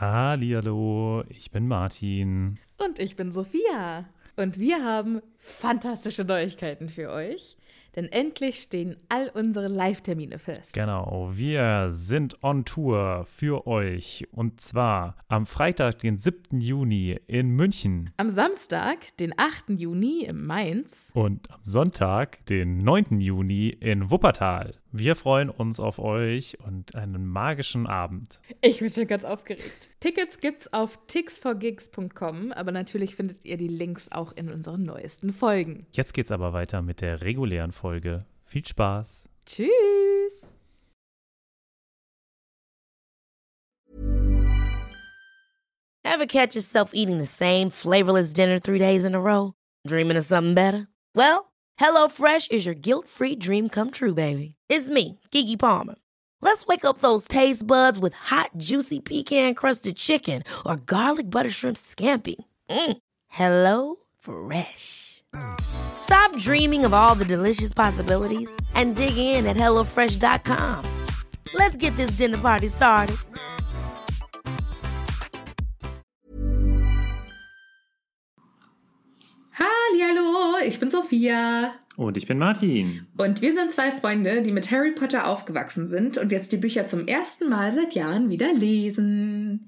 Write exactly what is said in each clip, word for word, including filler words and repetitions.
Hallihallo, ich bin Martin. Und ich bin Sophia. Und wir haben fantastische Neuigkeiten für euch. Denn endlich stehen all unsere Live-Termine fest. Genau, wir sind on Tour für euch. Und zwar am Freitag, den siebten Juni in München. Am Samstag, den achten Juni in Mainz. Und am Sonntag, den neunten Juni in Wuppertal. Wir freuen uns auf euch und einen magischen Abend. Ich bin schon ganz aufgeregt. Tickets gibt's auf tix for gigs punkt com, aber natürlich findet ihr die Links auch in unseren neuesten Folgen. Jetzt geht's aber weiter mit der regulären Folge. Viel Spaß. Tschüss. Ever catch yourself eating the same flavorless dinner three days in a row? Dreaming of something better? Well, HelloFresh is your guilt-free dream come true, baby. It's me, Keke Palmer. Let's wake up those taste buds with hot, juicy pecan-crusted chicken or garlic butter shrimp scampi. Mm. Hello Fresh. Stop dreaming of all the delicious possibilities and dig in at hello fresh dot com. Let's get this dinner party started. Hallihallo, ich bin Sophia. Und ich bin Martin. Und wir sind zwei Freunde, die mit Harry Potter aufgewachsen sind und jetzt die Bücher zum ersten Mal seit Jahren wieder lesen.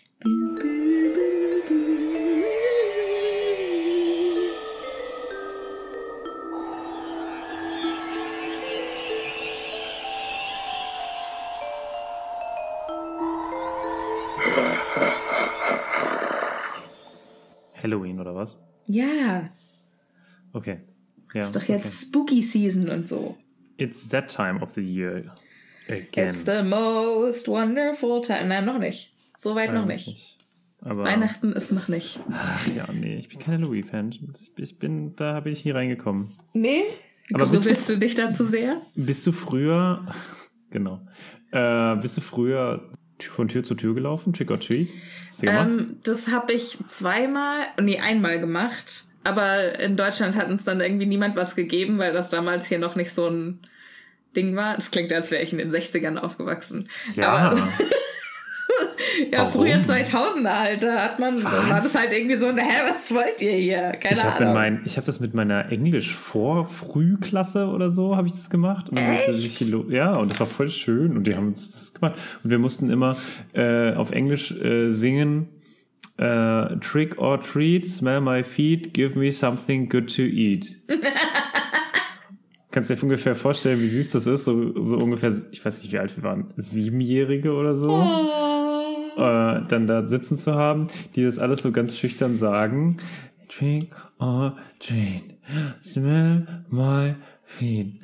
Halloween oder was? Ja. Okay. Ja, ist doch jetzt okay. Spooky Season und so. It's that time of the year again. It's the most wonderful time. Nein, noch nicht. So weit noch nicht. nicht. Aber Weihnachten ist noch nicht. Ach, ja, nee, ich bin kein Halloween-Fan. Ich bin, da bin ich nie reingekommen. Nee? Aber bist Gruselst du, du dich dazu sehr? Bist du früher, genau, äh, bist du früher von Tür zu Tür gelaufen, Trick or Treat? Hast du gemacht? Ähm, das habe ich zweimal, nee, einmal gemacht. Aber in Deutschland hat uns dann irgendwie niemand was gegeben, weil das damals hier noch nicht so ein Ding war. Das klingt, als wäre ich in den sechzigern aufgewachsen. Ja. Aber ja, Warum? früher zweitausender halt, da hat man, Was? war das halt irgendwie so, hä, was wollt ihr hier? Keine ich habe Ahnung. mein, ich habe das mit meiner Englisch-Vor-Frühklasse oder so, habe ich das gemacht. Und dann Echt? Ich, ja, und das war voll schön und die haben uns das gemacht. Und wir mussten immer äh, auf Englisch äh, singen, Uh, trick or treat, smell my feet, give me something good to eat. Kannst dir ungefähr vorstellen, wie süß das ist? So, so ungefähr, ich weiß nicht, wie alt wir waren, Siebenjährige oder so. Oh. Äh, dann da sitzen zu haben, die das alles so ganz schüchtern sagen. Trick or treat, smell my feet.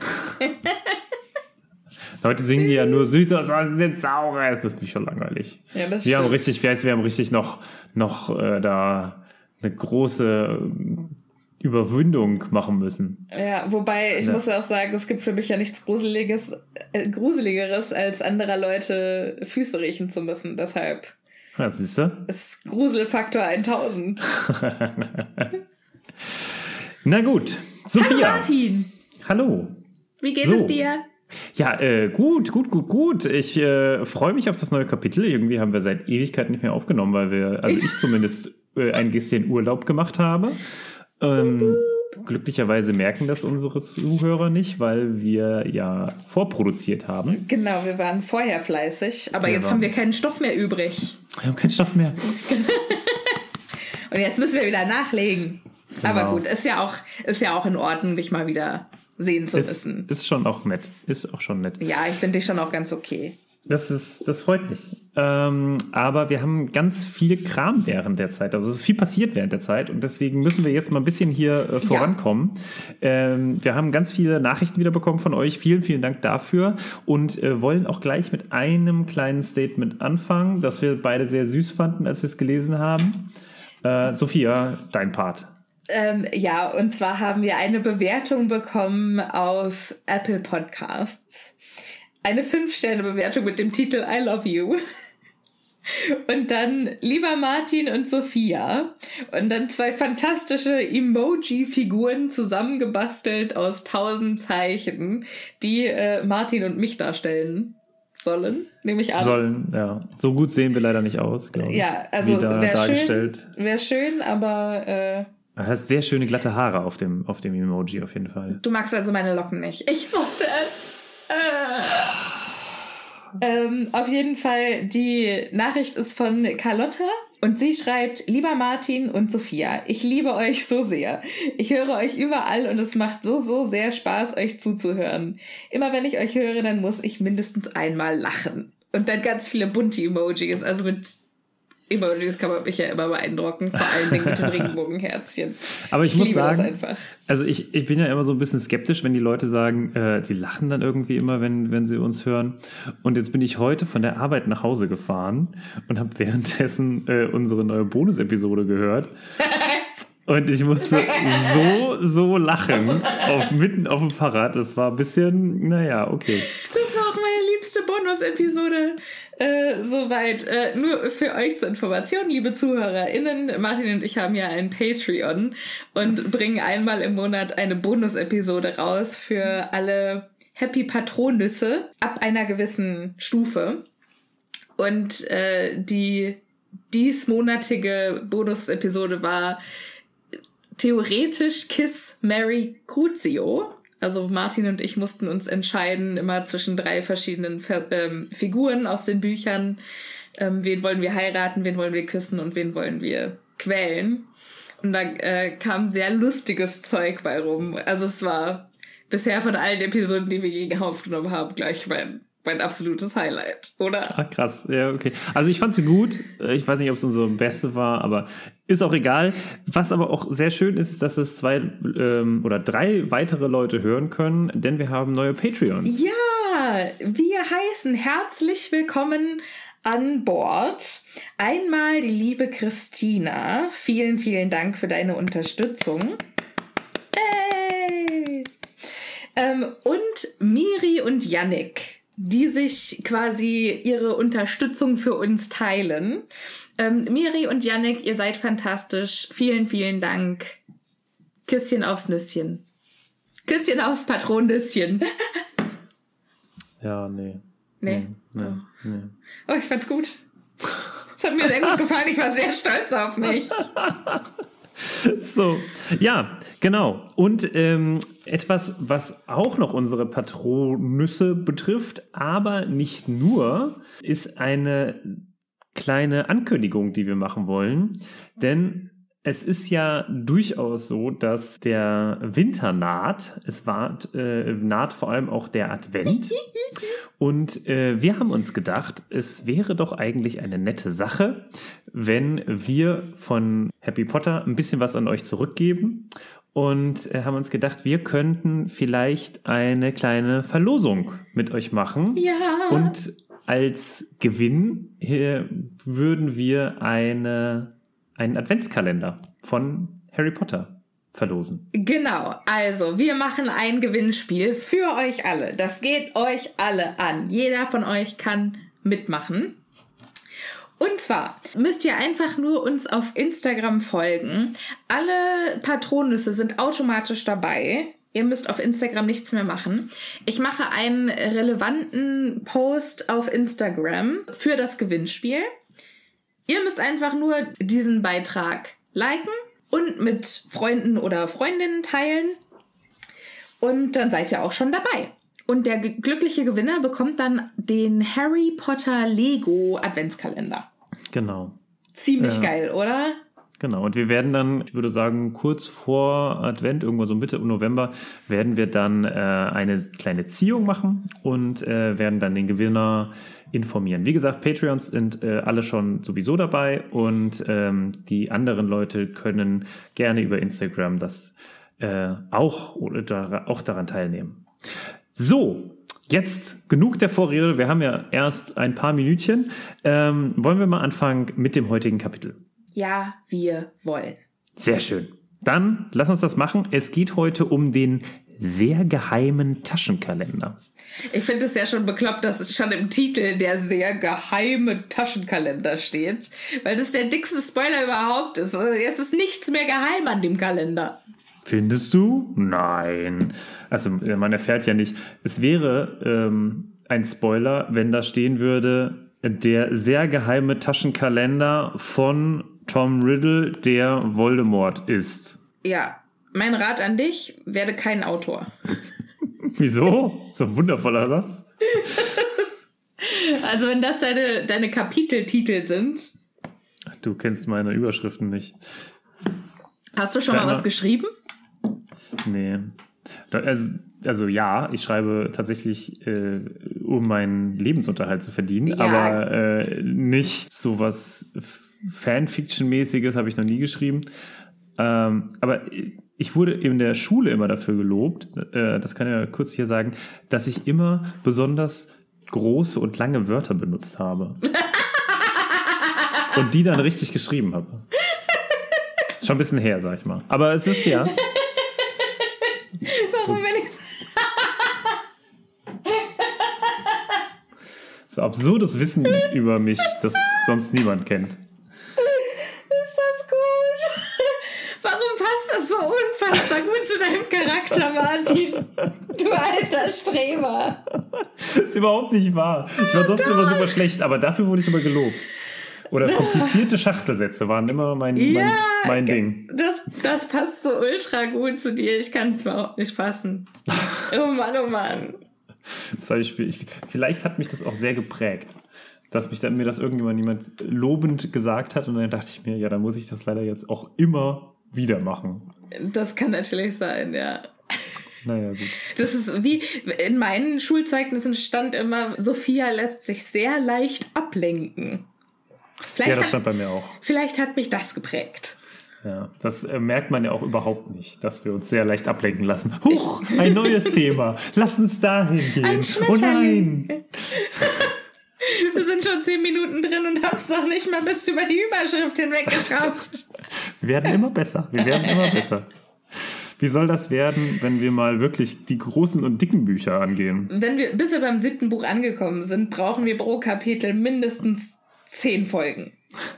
Heute singen die ja nur süß, aber sind sauer. Das ist nicht schon langweilig. Ja, das wir stimmt. haben richtig, wir haben richtig noch, noch äh, da eine große Überwindung machen müssen. Ja, wobei ich Ja. muss ja auch sagen, es gibt für mich ja nichts Gruseliges, äh, Gruseligeres, als anderer Leute Füße riechen zu müssen. Deshalb Ja, siehst du? ist Gruselfaktor tausend. Na gut, Sophia. Hallo Martin, Hallo. wie geht So. es dir? Ja, äh, gut, gut, gut, gut. Ich äh, freue mich auf das neue Kapitel. Irgendwie haben wir seit Ewigkeit nicht mehr aufgenommen, weil wir, also ich zumindest äh, ein bisschen Urlaub gemacht habe. Ähm, glücklicherweise merken das unsere Zuhörer nicht, weil wir ja vorproduziert haben. Genau, wir waren vorher fleißig, aber Wir jetzt waren- haben wir keinen Stoff mehr übrig. Wir haben keinen Stoff mehr. Und jetzt müssen wir wieder nachlegen. Genau. Aber gut, ist ja auch, ist ja auch in Ordnung, dich mal wieder sehen zu Ist, müssen. ist schon auch nett. Ist auch schon nett. Ja, ich finde dich schon auch ganz okay. Das ist, das freut mich. Ähm, aber wir haben ganz viel Kram während der Zeit. Also es ist viel passiert während der Zeit und deswegen müssen wir jetzt mal ein bisschen hier äh, vorankommen. Ja. Ähm, wir haben ganz viele Nachrichten wieder bekommen von euch. Vielen, vielen Dank dafür und äh, wollen auch gleich mit einem kleinen Statement anfangen, das wir beide sehr süß fanden, als wir es gelesen haben. Äh, Sophia, dein Part. Ähm, ja, und zwar haben wir eine Bewertung bekommen auf Apple Podcasts. Eine fünf Sterne Bewertung mit dem Titel I love you. Und dann lieber Martin und Sophia. Und dann zwei fantastische Emoji-Figuren zusammengebastelt aus tausend Zeichen, die äh, Martin und mich darstellen. sollen, nehme ich an. Sollen, ja. So gut sehen wir leider nicht aus, glaube ich. Ja, also wäre schön, wär schön, aber... Äh, du hast sehr schöne glatte Haare auf dem, auf dem Emoji auf jeden Fall. Du magst also meine Locken nicht. Ich wusste es. Äh. ähm, auf jeden Fall, die Nachricht ist von Carlotta. Und sie schreibt, lieber Martin und Sophia, ich liebe euch so sehr. Ich höre euch überall und es macht so, so sehr Spaß, euch zuzuhören. Immer wenn ich euch höre, dann muss ich mindestens einmal lachen. Und dann ganz viele bunte Emojis, also mit Emojis kann man mich ja immer beeindrucken, vor allen Dingen mit den Regenbogenherzchen. Aber ich, ich muss sagen, also ich, ich bin ja immer so ein bisschen skeptisch, wenn die Leute sagen, äh, die lachen dann irgendwie immer, wenn, wenn sie uns hören. Und jetzt bin ich heute von der Arbeit nach Hause gefahren und habe währenddessen äh, unsere neue Bonus-Episode gehört. Und ich musste so, so lachen, auf, mitten auf dem Fahrrad. Das war ein bisschen, naja, okay. Das war auch meine liebste Bonus-Episode. Äh, soweit. Äh, nur für euch zur Information, liebe ZuhörerInnen. Martin und ich haben ja ein Patreon und bringen einmal im Monat eine Bonus-Episode raus für alle Happy Patronüsse ab einer gewissen Stufe. Und äh, die diesmonatige Bonus-Episode war theoretisch Kiss, Marry, Crucio. Also Martin und ich mussten uns entscheiden, immer zwischen drei verschiedenen Ver- ähm, Figuren aus den Büchern. Ähm, wen wollen wir heiraten, wen wollen wir küssen und wen wollen wir quälen. Und da äh, kam sehr lustiges Zeug bei rum. Also es war bisher von allen Episoden, die wir je aufgenommen haben, gleich mein, mein absolutes Highlight, oder? Ach krass, ja, okay. Also ich fand sie gut. Ich weiß nicht, ob es unsere beste war, aber ist auch egal. Was aber auch sehr schön ist, ist, dass es zwei ähm, oder drei weitere Leute hören können, denn wir haben neue Patreons. Ja, wir heißen herzlich willkommen an Bord. Einmal die liebe Christina. Vielen, vielen Dank für deine Unterstützung. Hey! Ähm, und Miri und Yannick, die sich quasi ihre Unterstützung für uns teilen. Ähm, Miri und Yannick, ihr seid fantastisch. Vielen, vielen Dank. Küsschen aufs Nüsschen. Küsschen aufs Patronüsschen. Ja, nee. Nee. Nee, nee, nee. Oh, ich fand's gut. Es hat mir sehr gut gefallen. Ich war sehr stolz auf mich. So, ja, genau. Und ähm, etwas, was auch noch unsere Patronüsse betrifft, aber nicht nur, ist eine kleine Ankündigung, die wir machen wollen. Denn es ist ja durchaus so, dass der Winter naht. Es war, äh, naht vor allem auch der Advent. Und äh, wir haben uns gedacht, es wäre doch eigentlich eine nette Sache, wenn wir von Happy Potter ein bisschen was an euch zurückgeben. Und äh, haben uns gedacht, wir könnten vielleicht eine kleine Verlosung mit euch machen. Ja. Und als Gewinn hier würden wir eine... einen Adventskalender von Harry Potter verlosen. Genau, also wir machen ein Gewinnspiel für euch alle. Das geht euch alle an. Jeder von euch kann mitmachen. Und zwar müsst ihr einfach nur uns auf Instagram folgen. Alle Patronüsse sind automatisch dabei. Ihr müsst auf Instagram nichts mehr machen. Ich mache einen relevanten Post auf Instagram für das Gewinnspiel. Ihr müsst einfach nur diesen Beitrag liken und mit Freunden oder Freundinnen teilen. Und dann seid ihr auch schon dabei. Und der g- glückliche Gewinner bekommt dann den Harry Potter Lego Adventskalender. Genau. Ziemlich Ja. geil, oder? Genau, und wir werden dann, ich würde sagen, kurz vor Advent, irgendwann so Mitte November, werden wir dann äh, eine kleine Ziehung machen und äh, werden dann den Gewinner informieren. Wie gesagt, Patreons sind äh, alle schon sowieso dabei und ähm, die anderen Leute können gerne über Instagram das äh, auch, oder da, auch daran teilnehmen. So, jetzt genug der Vorrede. Wir haben ja erst ein paar Minütchen. Ähm, wollen wir mal anfangen mit dem heutigen Kapitel? Ja, wir wollen. Sehr schön. Dann lass uns das machen. Es geht heute um den sehr geheimen Taschenkalender. Ich finde es ja schon bekloppt, dass es schon im Titel der sehr geheime Taschenkalender steht. Weil das der dickste Spoiler überhaupt ist. Also jetzt ist nichts mehr geheim an dem Kalender. Findest du? Nein. Also man erfährt ja nicht. Es wäre, ähm, ein Spoiler, wenn da stehen würde, der sehr geheime Taschenkalender von Tom Riddle, der Voldemort ist. Ja, mein Rat an dich, werde kein Autor. Wieso? So ein wundervoller Satz. Also wenn das deine, deine Kapiteltitel sind. Du kennst meine Überschriften nicht. Hast du schon Kann mal was man... geschrieben? Nee. Also, also ja, ich schreibe tatsächlich, äh, um meinen Lebensunterhalt zu verdienen, ja. aber äh, nicht so was Fanfiction-mäßiges habe ich noch nie geschrieben. Ähm, aber ich wurde in der Schule immer dafür gelobt, äh, das kann ich ja kurz hier sagen, dass ich immer besonders große und lange Wörter benutzt habe. Und die dann richtig geschrieben habe. Ist schon ein bisschen her, sag ich mal. Aber es ist ja... Warum bin ich so absurdes Wissen über mich, das sonst niemand kennt. Ist das gut? Warum passt das so unfassbar gut zu deinem Charakter, Martin? Du alter Streber. Das ist überhaupt nicht wahr. Ich war sonst immer super schlecht, aber dafür wurde ich immer gelobt. Oder komplizierte Schachtelsätze waren immer mein, ja, mein, mein Ding. Das, das passt so ultra gut zu dir. Ich kann es überhaupt nicht fassen. Oh Mann, oh Mann. Zum Beispiel, ich, vielleicht hat mich das auch sehr geprägt, dass mich dann, mir das irgendjemand jemand lobend gesagt hat und dann dachte ich mir, ja, dann muss ich das leider jetzt auch immer wieder machen. Das kann natürlich sein, ja. Naja, gut. Das ist wie, in meinen Schulzeugnissen stand immer, Sophia lässt sich sehr leicht ablenken. Vielleicht ja, das hat, stand bei mir auch. Vielleicht hat mich das geprägt. Ja, das äh, merkt man ja auch überhaupt nicht, dass wir uns sehr leicht ablenken lassen. Huch, ein neues Thema. Lass uns dahin gehen. Oh nein. Wir sind schon zehn Minuten drin und haben es noch nicht mal bis über die Überschrift hinweg geschafft. Wir werden immer besser. Wir werden immer besser. Wie soll das werden, wenn wir mal wirklich die großen und dicken Bücher angehen? Wenn wir, bis wir beim siebten Buch angekommen sind, brauchen wir pro Kapitel mindestens zehn Folgen.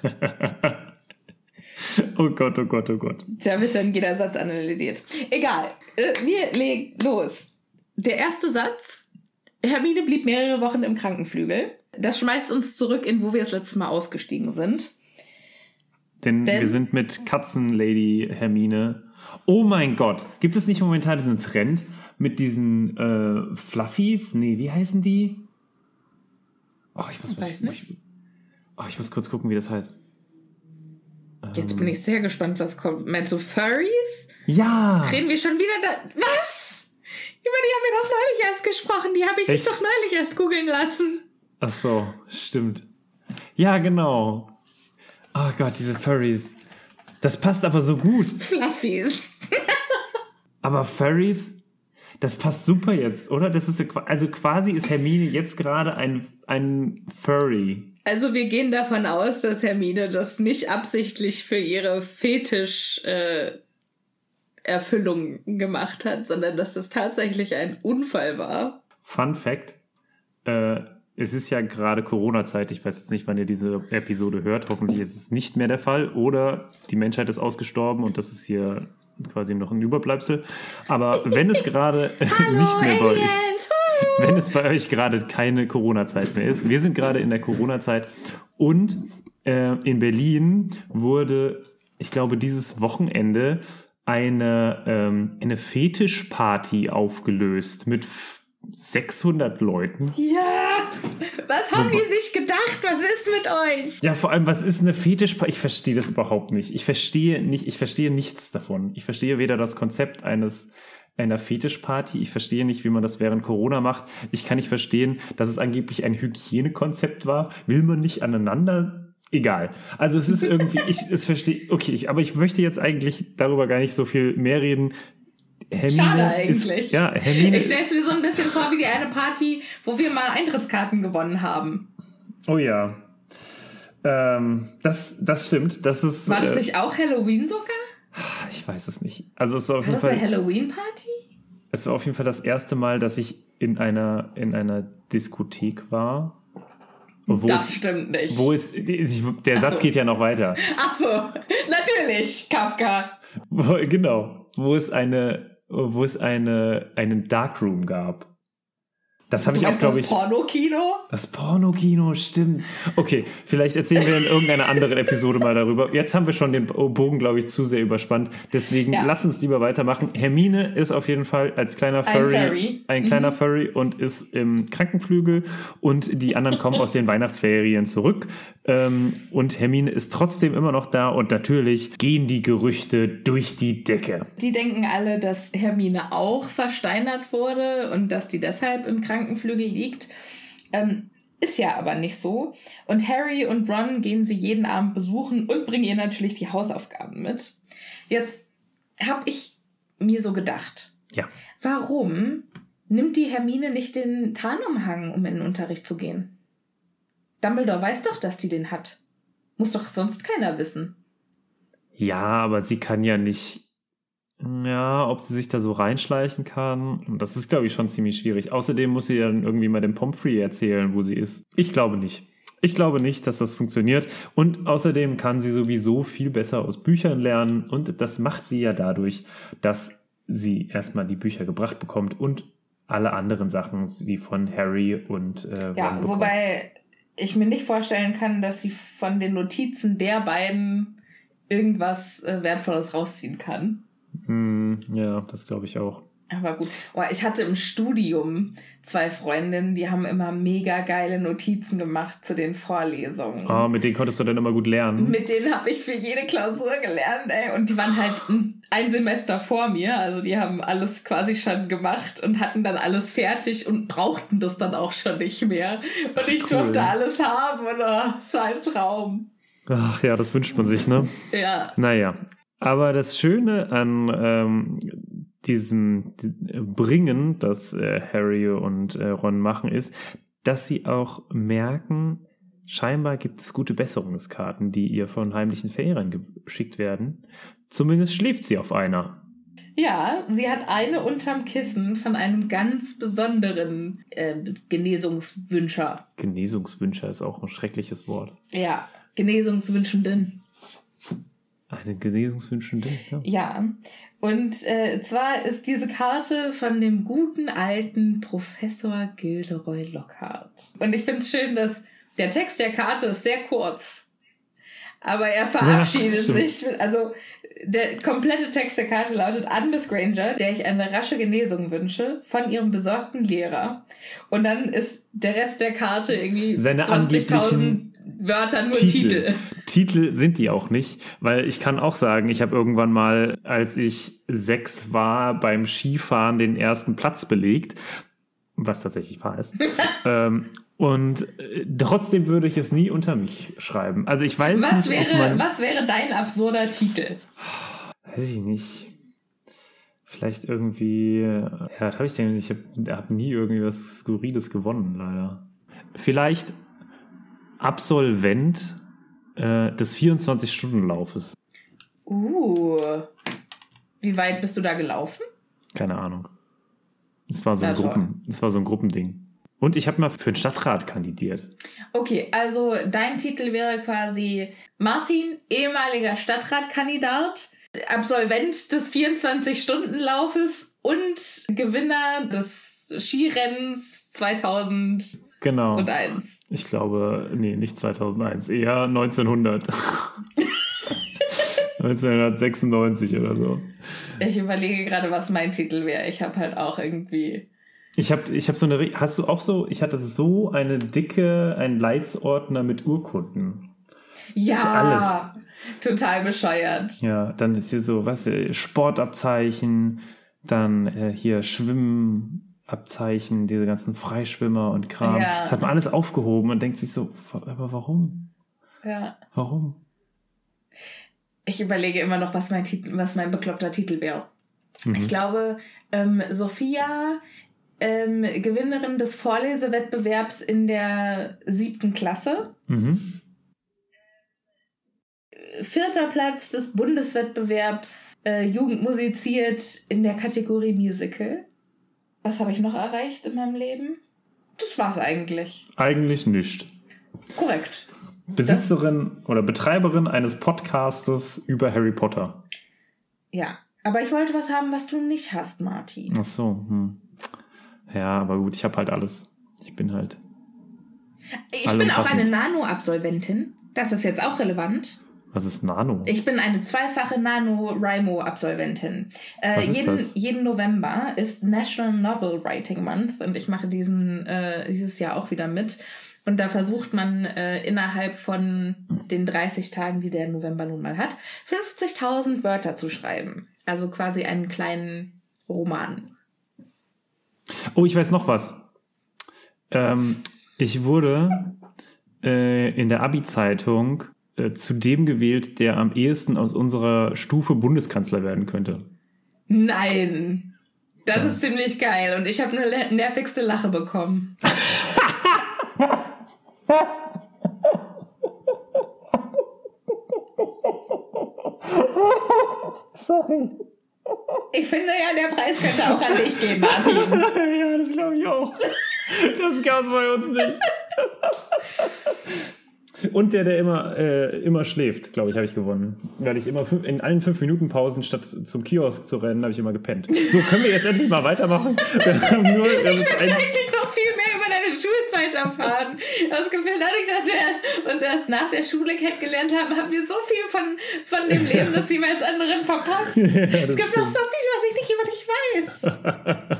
Oh Gott, oh Gott, oh Gott. Da wird dann jeder Satz analysiert. Egal, äh, wir legen los. Der erste Satz. Hermine blieb mehrere Wochen im Krankenflügel. Das schmeißt uns zurück in, wo wir das letzte Mal ausgestiegen sind. Denn, Denn wir sind mit Katzenlady Hermine. Oh mein Gott, gibt es nicht momentan diesen Trend mit diesen äh, Fluffies? Nee, wie heißen die? Oh, ich muss, ich, ich, oh, ich muss kurz gucken, wie das heißt. Jetzt bin ich sehr gespannt, was kommt. Meinst du Furries? Ja. Reden wir schon wieder da... Was? Über die haben wir doch neulich erst gesprochen. Die habe ich Echt? dich doch neulich erst googeln lassen. Ach so, stimmt. Ja, genau. Oh Gott, diese Furries. Das passt aber so gut. Fluffies. Aber Furries, das passt super jetzt, oder? Das ist so, also quasi ist Hermine jetzt gerade ein, ein Furry. Also wir gehen davon aus, dass Hermine das nicht absichtlich für ihre Fetisch-Erfüllung äh, gemacht hat, sondern dass das tatsächlich ein Unfall war. Fun Fact, äh, es ist ja gerade Corona-Zeit. Ich weiß jetzt nicht, wann ihr diese Episode hört. Hoffentlich ist es nicht mehr der Fall. Oder die Menschheit ist ausgestorben und das ist hier quasi noch ein Überbleibsel. Aber wenn es gerade nicht mehr bei euch, wenn es bei euch gerade keine Corona-Zeit mehr ist, wir sind gerade in der Corona-Zeit und äh, in Berlin wurde, ich glaube, dieses Wochenende eine, ähm, eine Fetischparty aufgelöst mit sechshundert Leuten. Ja, was haben die sich gedacht? Was ist mit euch? Ja, vor allem, was ist eine Fetischparty? Ich verstehe das überhaupt nicht. Ich verstehe nicht, ich verstehe nichts davon. Ich verstehe weder das Konzept eines einer Fetischparty. Ich verstehe nicht, wie man das während Corona macht. Ich kann nicht verstehen, dass es angeblich ein Hygienekonzept war. Will man nicht aneinander? Egal. Also es ist irgendwie, ich es verstehe, okay, ich, aber ich möchte jetzt eigentlich darüber gar nicht so viel mehr reden. Hermine Schade eigentlich. Ist, ja, Hermine, ich stelle es mir so ein bisschen vor wie die eine Party, wo wir mal Eintrittskarten gewonnen haben. Oh ja. Ähm, das, das stimmt. Das ist, war das äh, nicht auch Halloween sogar? Ich weiß es nicht. Also es war auf war jeden das Fall eine Halloween-Party? Es war auf jeden Fall das erste Mal, dass ich in einer, in einer Diskothek war. Wo das es, stimmt nicht. Wo es, der Satz so. geht ja noch weiter. Ach so, natürlich, Kafka. Wo, genau, wo es eine, wo es eine, einen Darkroom gab. Das habe ich auch, glaube ich. Das Pornokino? Das Pornokino, stimmt. Okay, vielleicht erzählen wir in irgendeiner anderen Episode mal darüber. Jetzt haben wir schon den Bogen, glaube ich, zu sehr überspannt. Deswegen ja. lass uns lieber weitermachen. Hermine ist auf jeden Fall als kleiner Furry ein, Furry. ein kleiner mhm. Furry und ist im Krankenflügel. Und die anderen kommen aus den Weihnachtsferien zurück. Ähm, und Hermine ist trotzdem immer noch da. Und natürlich gehen die Gerüchte durch die Decke. Die denken alle, dass Hermine auch versteinert wurde und dass die deshalb im Krankenflügel liegt. Ähm, ist ja aber nicht so. Und Harry und Ron gehen sie jeden Abend besuchen und bringen ihr natürlich die Hausaufgaben mit. Jetzt habe ich mir so gedacht, ja. warum nimmt die Hermine nicht den Tarnumhang, um in den Unterricht zu gehen? Dumbledore weiß doch, dass die den hat. Muss doch sonst keiner wissen. Ja, aber sie kann ja nicht... Ja, ob sie sich da so reinschleichen kann, das ist, glaube ich, schon ziemlich schwierig. Außerdem muss sie dann irgendwie mal dem Pomfrey erzählen, wo sie ist. Ich glaube nicht. Ich glaube nicht, dass das funktioniert. Und außerdem kann sie sowieso viel besser aus Büchern lernen. Und das macht sie ja dadurch, dass sie erstmal die Bücher gebracht bekommt und alle anderen Sachen, die von Harry und äh, Ron Ja, bekommt. Wobei ich mir nicht vorstellen kann, dass sie von den Notizen der beiden irgendwas äh, Wertvolles rausziehen kann. Hm, ja, das glaube ich auch. Aber gut. Oh, ich hatte im Studium zwei Freundinnen, die haben immer mega geile Notizen gemacht zu den Vorlesungen. Oh, mit denen konntest du dann immer gut lernen. Mit denen habe ich für jede Klausur gelernt, ey. Und die waren halt ein Semester vor mir. Also die haben alles quasi schon gemacht und hatten dann alles fertig und brauchten das dann auch schon nicht mehr. Und ich cool. durfte alles haben. Und oh, es war ein Traum. Ach ja, das wünscht man sich, ne? Ja. Naja. Aber das Schöne an ähm, diesem Bringen, das äh, Harry und äh, Ron machen, ist, dass sie auch merken, scheinbar gibt es gute Besserungskarten, die ihr von heimlichen Verehrern geschickt werden. Zumindest schläft sie auf einer. Ja, sie hat eine unterm Kissen von einem ganz besonderen äh, Genesungswünscher. Genesungswünscher ist auch ein schreckliches Wort. Ja, Genesungswünschenden. Eine Genesungswünschende, ja. Ja, und äh, zwar ist diese Karte von dem guten alten Professor Gilderoy Lockhart. Und ich finde es schön, dass der Text der Karte ist sehr kurz, aber er verabschiedet ja, sich. Also der komplette Text der Karte lautet: An Miss Granger, der ich eine rasche Genesung wünsche, von ihrem besorgten Lehrer. Und dann ist der Rest der Karte irgendwie zwanzigtausend Wörter, nur Titel. Titel. Titel sind die auch nicht, weil ich kann auch sagen, ich habe irgendwann mal, als ich sechs war, beim Skifahren den ersten Platz belegt, was tatsächlich wahr ist. ähm, und äh, trotzdem würde ich es nie unter mich schreiben. Also ich weiß was nicht, wäre, ob man... Was wäre dein absurder Titel? Weiß ich nicht. Vielleicht irgendwie... Ja, was habe ich denn? Ich habe hab nie irgendwie was Skurriles gewonnen, leider. Vielleicht Absolvent äh, des vierundzwanzig-Stunden-Laufes. Uh. Wie weit bist du da gelaufen? Keine Ahnung. Es war so ein Gruppen, es war so ein Gruppending. Und ich habe mal für den Stadtrat kandidiert. Okay, also dein Titel wäre quasi Martin, ehemaliger Stadtratkandidat, Absolvent des vierundzwanzig-Stunden-Laufes und Gewinner des Skirennens zweitausendeins. Genau. Ich glaube, nee, nicht zweitausendeins, eher neunzehnhundert. neunzehnhundertsechsundneunzig oder so. Ich überlege gerade, was mein Titel wäre. Ich habe halt auch irgendwie... Ich habe ich hab so eine... Hast du auch so... Ich hatte so eine dicke... Einen Leitsordner mit Urkunden. Ja, alles. Total bescheuert. Ja, dann ist hier so, was, Sportabzeichen, dann äh, hier Schwimmabzeichen, diese ganzen Freischwimmer und Kram. Ja. Das hat man alles aufgehoben und denkt sich so, aber warum? Ja. Warum? Ich überlege immer noch, was mein, Titel, was mein bekloppter Titel wäre. Mhm. Ich glaube, ähm, Sophia, ähm, Gewinnerin des Vorlesewettbewerbs in der siebten Klasse. Mhm. Vierter Platz des Bundeswettbewerbs äh, Jugend musiziert in der Kategorie Musical. Was habe ich noch erreicht in meinem Leben? Das war's eigentlich. Eigentlich nicht. Korrekt. Besitzerin das, oder Betreiberin eines Podcastes über Harry Potter. Ja, aber ich wollte was haben, was du nicht hast, Martin. Ach so. Hm. Ja, aber gut, ich habe halt alles. Ich bin halt. Ich bin auch eine Nano-Absolventin. Das ist jetzt auch relevant. Was ist Nano? Ich bin eine zweifache Nano-Rimo-Absolventin. Äh, jeden, jeden November ist National Novel Writing Month und ich mache diesen äh, dieses Jahr auch wieder mit. Und da versucht man äh, innerhalb von den dreißig Tagen, die der November nun mal hat, fünfzigtausend Wörter zu schreiben. Also quasi einen kleinen Roman. Oh, ich weiß noch was. Ähm, ich wurde äh, in der Abi-Zeitung äh, zu dem gewählt, der am ehesten aus unserer Stufe Bundeskanzler werden könnte. Nein! Das ja. ist ziemlich geil. Und ich habe eine nervigste Lache bekommen. Sorry. Ich finde ja, der Preis könnte auch an dich gehen, Martin. Ja, das glaube ich auch. Das gab es bei uns nicht. Und der, der immer, äh, immer schläft, glaube ich, habe ich gewonnen. Weil ich immer fünf, in allen fünf Minuten Pausen, statt zum Kiosk zu rennen, habe ich immer gepennt. So, können wir jetzt endlich mal weitermachen? Wir haben nur, wir haben ich will eigentlich noch viel mehr über deine Schulzeit erfahren. Das Gefühl, dadurch, dass wir uns erst nach der Schule kennengelernt haben, haben wir so viel von, von dem Leben des jeweils anderen verpasst. Ja, es gibt stimmt. noch so viel, was ich nicht über dich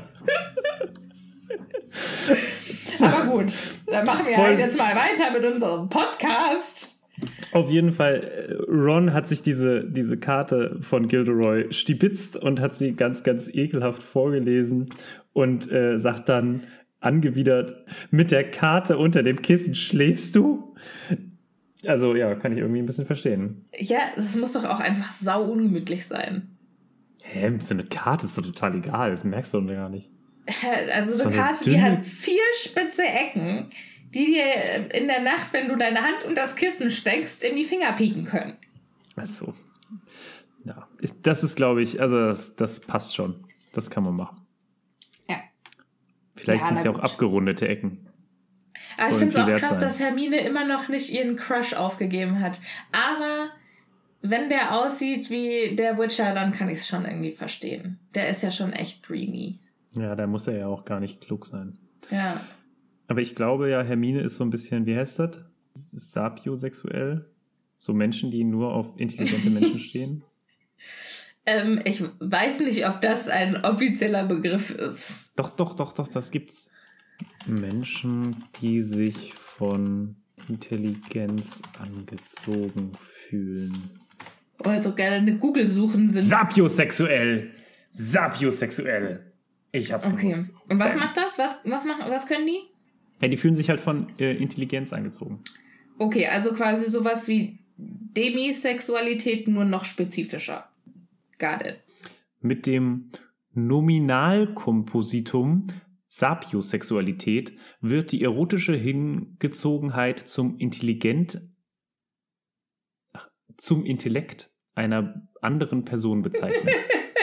weiß. Aber gut, dann machen wir Voll. halt jetzt mal weiter mit unserem Podcast. Auf jeden Fall, Ron hat sich diese, diese Karte von Gilderoy stibitzt und hat sie ganz, ganz ekelhaft vorgelesen und äh, sagt dann angewidert, mit der Karte unter dem Kissen schläfst du? Also ja, kann ich irgendwie ein bisschen verstehen. Ja, das muss doch auch einfach sau ungemütlich sein. Hä, ein bisschen eine Karte ist doch total egal, das merkst du doch gar nicht. Also so eine Karte, die hat vier spitze Ecken, die dir in der Nacht, wenn du deine Hand unter das Kissen steckst, in die Finger pieken können. Also, ja, das ist, glaube ich, also das, das passt schon. Das kann man machen. Ja. Vielleicht ja, sind es ja auch abgerundete Ecken. Aber ich finde es auch krass, sein. dass Hermine immer noch nicht ihren Crush aufgegeben hat. Aber wenn der aussieht wie der Witcher, dann kann ich es schon irgendwie verstehen. Der ist ja schon echt dreamy. Ja, da muss er ja auch gar nicht klug sein. Ja. Aber ich glaube ja, Hermine ist so ein bisschen, wie heißt das? Sapiosexuell? So Menschen, die nur auf intelligente Menschen stehen? ähm, ich weiß nicht, ob das ein offizieller Begriff ist. Doch, doch, doch, doch, das gibt's. Menschen, die sich von Intelligenz angezogen fühlen. Oder so gerne eine Google suchen sind. Sapiosexuell! Sapiosexuell! Ich hab's okay. gewusst. Und was macht das? Was, was, machen, was können die? Ja, die fühlen sich halt von äh, Intelligenz angezogen. Okay, also quasi sowas wie Demisexualität, nur noch spezifischer. Got it. Mit dem Nominalkompositum Sapiosexualität wird die erotische Hingezogenheit zum Intelligent, ach, zum Intellekt einer anderen Person bezeichnet.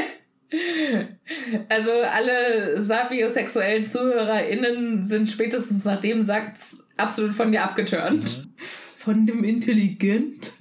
Also alle sapiosexuellen ZuhörerInnen sind spätestens nach dem Satz absolut von dir abgeturnt. Mhm. Von dem Intelligent?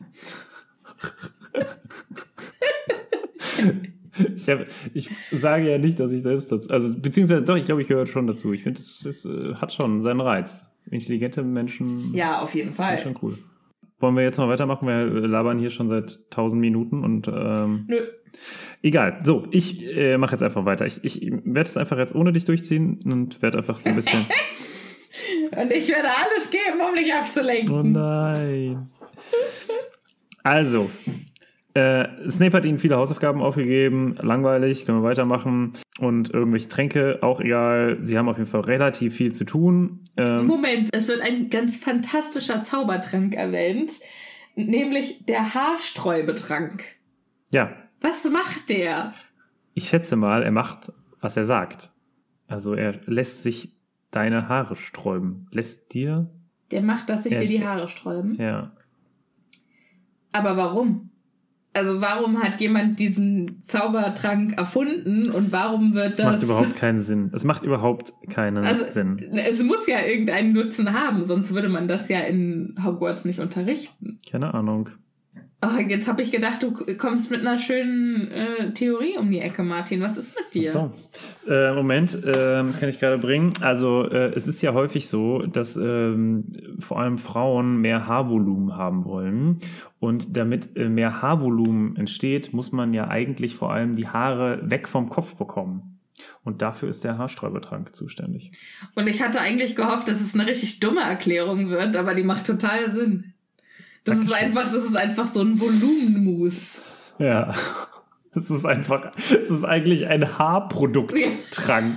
ich, hab, ich sage ja nicht, dass ich selbst dazu, also beziehungsweise doch, ich glaube, ich gehöre schon dazu. Ich finde, es, es hat schon seinen Reiz. Intelligente Menschen. Ja, auf jeden Fall. Ist schon cool. Wollen wir jetzt mal weitermachen? Wir labern hier schon seit tausend Minuten und ähm, Nö. Egal. So, ich äh, mache jetzt einfach weiter. Ich, ich werde es einfach jetzt ohne dich durchziehen und werde einfach so ein bisschen... und ich werde alles geben, um dich abzulenken. Oh nein. Also, äh, Snape hat ihnen viele Hausaufgaben aufgegeben. Langweilig, können wir weitermachen. Und irgendwelche Tränke, auch egal. Sie haben auf jeden Fall relativ viel zu tun. Ähm, Moment, es wird ein ganz fantastischer Zaubertrank erwähnt. Nämlich der Haarsträubetrank. Ja. Was macht der? Ich schätze mal, er macht, was er sagt. Also er lässt sich deine Haare sträuben. Lässt dir... Der macht, dass sich dir die Haare sträuben? Ja. Aber warum? Also warum hat jemand diesen Zaubertrank erfunden und warum wird das... Das macht überhaupt keinen Sinn. Es macht überhaupt keinen also, Sinn. Es muss ja irgendeinen Nutzen haben, sonst würde man das ja in Hogwarts nicht unterrichten. Keine Ahnung. Oh, jetzt habe ich gedacht, du kommst mit einer schönen äh, Theorie um die Ecke, Martin. Was ist mit dir? So. Äh, Moment, äh, kann ich gerade bringen. Also äh, es ist ja häufig so, dass ähm, vor allem Frauen mehr Haarvolumen haben wollen. Und damit äh, mehr Haarvolumen entsteht, muss man ja eigentlich vor allem die Haare weg vom Kopf bekommen. Und dafür ist der Haarsträubertrank zuständig. Und ich hatte eigentlich gehofft, dass es eine richtig dumme Erklärung wird, aber die macht total Sinn. Das ist einfach, das ist einfach so ein Volumenmus. Ja, das ist einfach, das ist eigentlich ein Haarprodukttrank.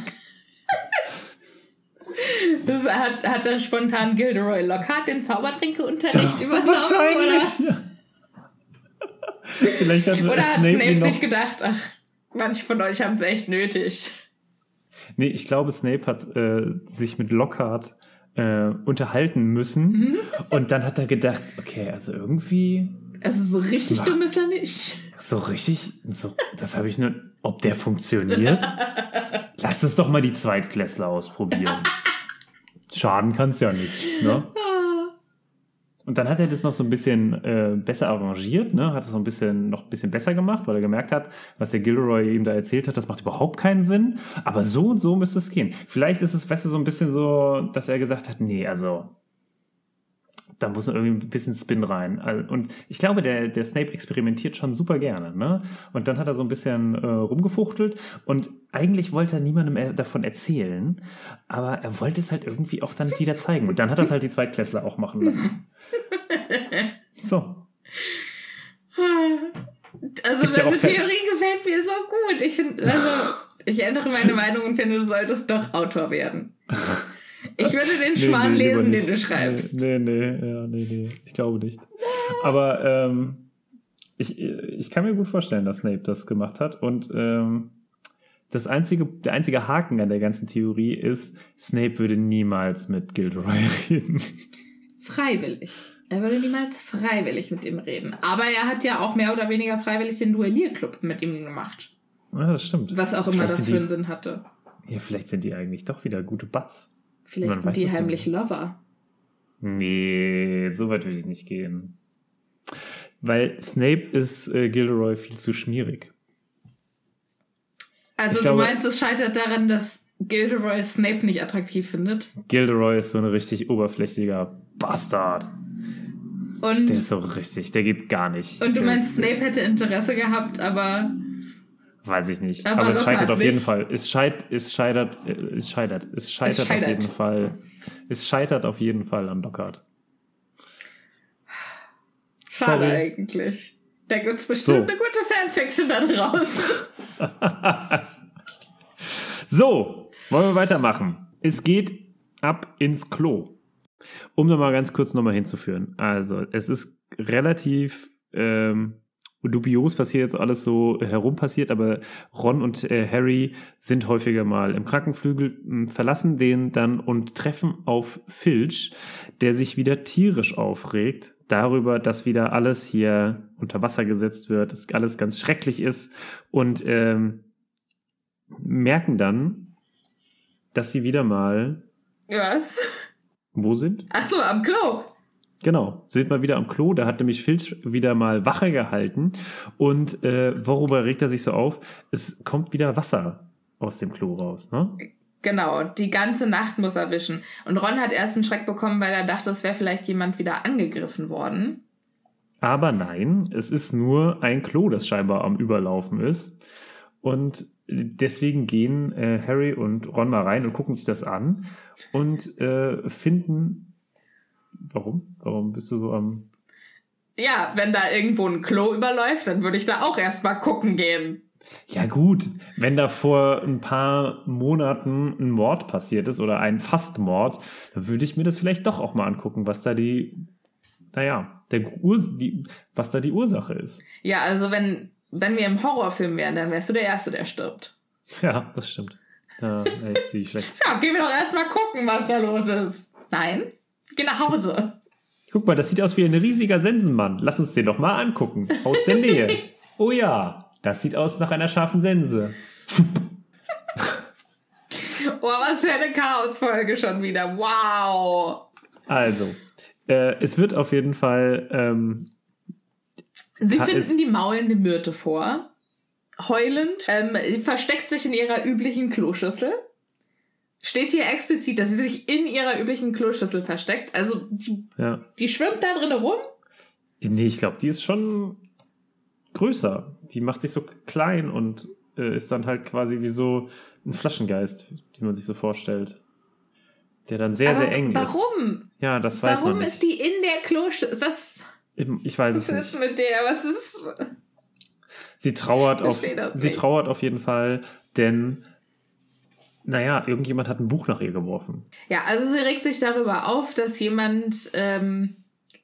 Das hat, hat dann spontan Gilderoy Lockhart den Zaubertränkeunterricht übernommen? Wahrscheinlich. Oder, Vielleicht hat oder hat Snape, Snape noch... sich gedacht, ach, manche von euch haben es echt nötig. Nee, ich glaube, Snape hat äh, sich mit Lockhart äh, unterhalten müssen. Mhm. Und dann hat er gedacht, okay, also irgendwie... Also so richtig mach, dumm ist er nicht. So richtig, so, das habe ich nur... Ob der funktioniert? Lass uns doch mal die Zweitklässler ausprobieren. Schaden kann es ja nicht, ne? Und dann hat er das noch so ein bisschen äh, besser arrangiert, ne? Hat es so ein bisschen noch ein bisschen besser gemacht, weil er gemerkt hat, was der Gilderoy ihm da erzählt hat, das macht überhaupt keinen Sinn. Aber so und so müsste es gehen. Vielleicht ist es, weißt du, so ein bisschen so, dass er gesagt hat, nee, also da muss irgendwie ein bisschen Spin rein. Und ich glaube, der, der Snape experimentiert schon super gerne, ne? Und dann hat er so ein bisschen äh, rumgefuchtelt und eigentlich wollte er niemandem davon erzählen, aber er wollte es halt irgendwie auch dann wieder zeigen. Und dann hat er es halt die Zweitklässler auch machen lassen. So. Also Gibt ja deine auch Theorie gefällt mir so gut. Ich finde, also ich ändere meine Meinung und finde, du solltest doch Autor werden. Ich würde den Schwan nee, nee, lesen, den du schreibst. Nee, nee, ja, nee, nee. Ich glaube nicht. Aber ähm, ich, ich kann mir gut vorstellen, dass Snape das gemacht hat. Und ähm, das einzige, der einzige Haken an der ganzen Theorie ist, Snape würde niemals mit Gilderoy reden. Freiwillig. Er würde niemals freiwillig mit ihm reden. Aber er hat ja auch mehr oder weniger freiwillig den Duellierclub mit ihm gemacht. Ja, das stimmt. Was auch immer vielleicht das für einen Sinn hatte. Ja, vielleicht sind die eigentlich doch wieder gute Buds. Vielleicht sind die heimlich nicht. Lover. Nee, so weit würde ich nicht gehen. Weil Snape ist äh, Gilderoy viel zu schmierig. Also ich du glaube, meinst, es scheitert daran, dass Gilderoy Snape nicht attraktiv findet? Gilderoy ist so ein richtig oberflächlicher Bastard. Und der ist so richtig, der geht gar nicht. Und du der meinst, Snape hätte Interesse gehabt, aber... Weiß ich nicht. Aber, Aber es scheitert auf jeden Fall. Es, scheit, es scheitert, es scheitert, es scheitert, es scheitert auf jeden Fall. Es scheitert auf jeden Fall an Lockhart. Schade Sorry. eigentlich. Da gibt es bestimmt so. eine gute Fanfiction da draußen. So, wollen wir weitermachen. Es geht ab ins Klo. Um nochmal ganz kurz nochmal hinzuführen. Also, es ist relativ... Ähm, dubios, was hier jetzt alles so herum passiert, aber Ron und äh, Harry sind häufiger mal im Krankenflügel, mh, verlassen den dann und treffen auf Filch, der sich wieder tierisch aufregt darüber, dass wieder alles hier unter Wasser gesetzt wird, dass alles ganz schrecklich ist und ähm, merken dann, dass sie wieder mal... Was? Wo sind? Ach so, am Klo. Genau, sind mal wieder am Klo, da hat nämlich Filch wieder mal Wache gehalten und äh, worüber regt er sich so auf? Es kommt wieder Wasser aus dem Klo raus, ne? Genau, die ganze Nacht muss er wischen. Und Ron hat erst einen Schreck bekommen, weil er dachte, es wäre vielleicht jemand wieder angegriffen worden. Aber nein, es ist nur ein Klo, das scheinbar am Überlaufen ist und deswegen gehen äh, Harry und Ron mal rein und gucken sich das an und äh, finden... Warum? Warum bist du so am... Ja, wenn da irgendwo ein Klo überläuft, dann würde ich da auch erstmal gucken gehen. Ja gut, wenn da vor ein paar Monaten ein Mord passiert ist oder ein Fastmord, dann würde ich mir das vielleicht doch auch mal angucken, was da die, naja, der Ur- die, was da die Ursache ist. Ja, also wenn, wenn wir im Horrorfilm wären, dann wärst du der Erste, der stirbt. Ja, das stimmt. Ja, echt ziemlich schlecht. Ja, gehen wir doch erstmal gucken, was da los ist. Nein? Geh nach Hause. Guck mal, das sieht aus wie ein riesiger Sensenmann. Lass uns den doch mal angucken. Aus der Nähe. Oh ja, das sieht aus nach einer scharfen Sense. Oh, was für eine Chaos-Folge schon wieder. Wow. Also, äh, es wird auf jeden Fall... Ähm, Sie finden die maulende Myrte vor, heulend, ähm, versteckt sich in ihrer üblichen Kloschüssel. Steht hier explizit, dass sie sich in ihrer üblichen Kloschüssel versteckt. Also die, ja. die schwimmt da drin rum. Nee, ich glaube, die ist schon größer. Die macht sich so klein und äh, ist dann halt quasi wie so ein Flaschengeist, den man sich so vorstellt. Der dann sehr, Aber sehr eng warum? ist. Warum? Ja, das weiß warum man nicht. Warum ist die in der Kloschüssel? Was? Ich weiß es nicht. Was ist mit der? Was ist... Sie trauert, auf, sie trauert auf jeden Fall, denn... Naja, irgendjemand hat ein Buch nach ihr geworfen. Ja, also sie regt sich darüber auf, dass jemand, ähm,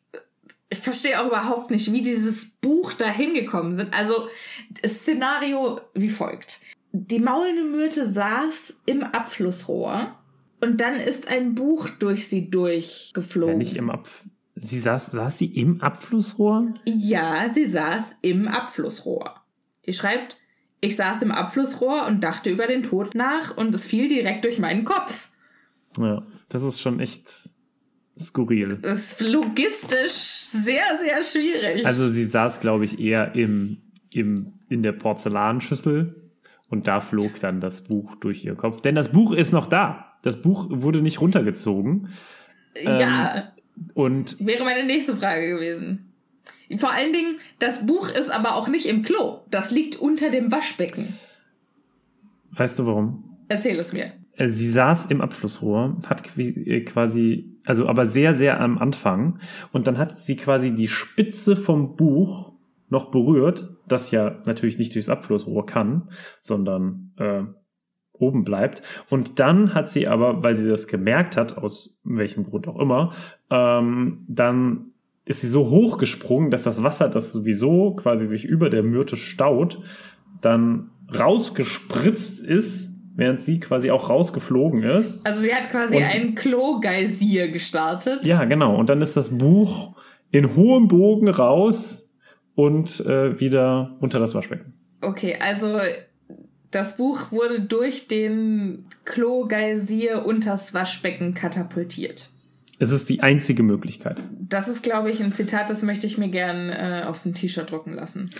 ich verstehe auch überhaupt nicht, wie dieses Buch da hingekommen sind. Also, das Szenario wie folgt. Die maulende Myrte saß im Abflussrohr und dann ist ein Buch durch sie durchgeflogen. Ja, nicht im Ab... Sie saß, saß sie im Abflussrohr? Ja, sie saß im Abflussrohr. Die schreibt... Ich saß im Abflussrohr und dachte über den Tod nach und es fiel direkt durch meinen Kopf. Ja, das ist schon echt skurril. Das ist logistisch sehr, sehr schwierig. Also sie saß, glaube ich, eher im, im, in der Porzellanschüssel und da flog dann das Buch durch ihr Kopf. Denn das Buch ist noch da. Das Buch wurde nicht runtergezogen. Ja, ähm, und wäre meine nächste Frage gewesen. Vor allen Dingen, das Buch ist aber auch nicht im Klo. Das liegt unter dem Waschbecken. Weißt du warum? Erzähl es mir. Sie saß im Abflussrohr, hat quasi, also aber sehr, sehr am Anfang. Und dann hat sie quasi die Spitze vom Buch noch berührt, das ja natürlich nicht durchs Abflussrohr kann, sondern äh, oben bleibt. Und dann hat sie aber, weil sie das gemerkt hat, aus welchem Grund auch immer, ähm, dann ist sie so hoch gesprungen, dass das Wasser, das sowieso quasi sich über der Myrte staut, dann rausgespritzt ist, während sie quasi auch rausgeflogen ist. Also sie hat quasi und, einen Klo-Geysir gestartet. Ja, genau. Und dann ist das Buch in hohem Bogen raus und äh, wieder unter das Waschbecken. Okay, also das Buch wurde durch den Klo-Geysir unters Waschbecken katapultiert. Es ist die einzige Möglichkeit. Das ist, glaube ich, ein Zitat, das möchte ich mir gern äh, auf ein T-Shirt drucken lassen.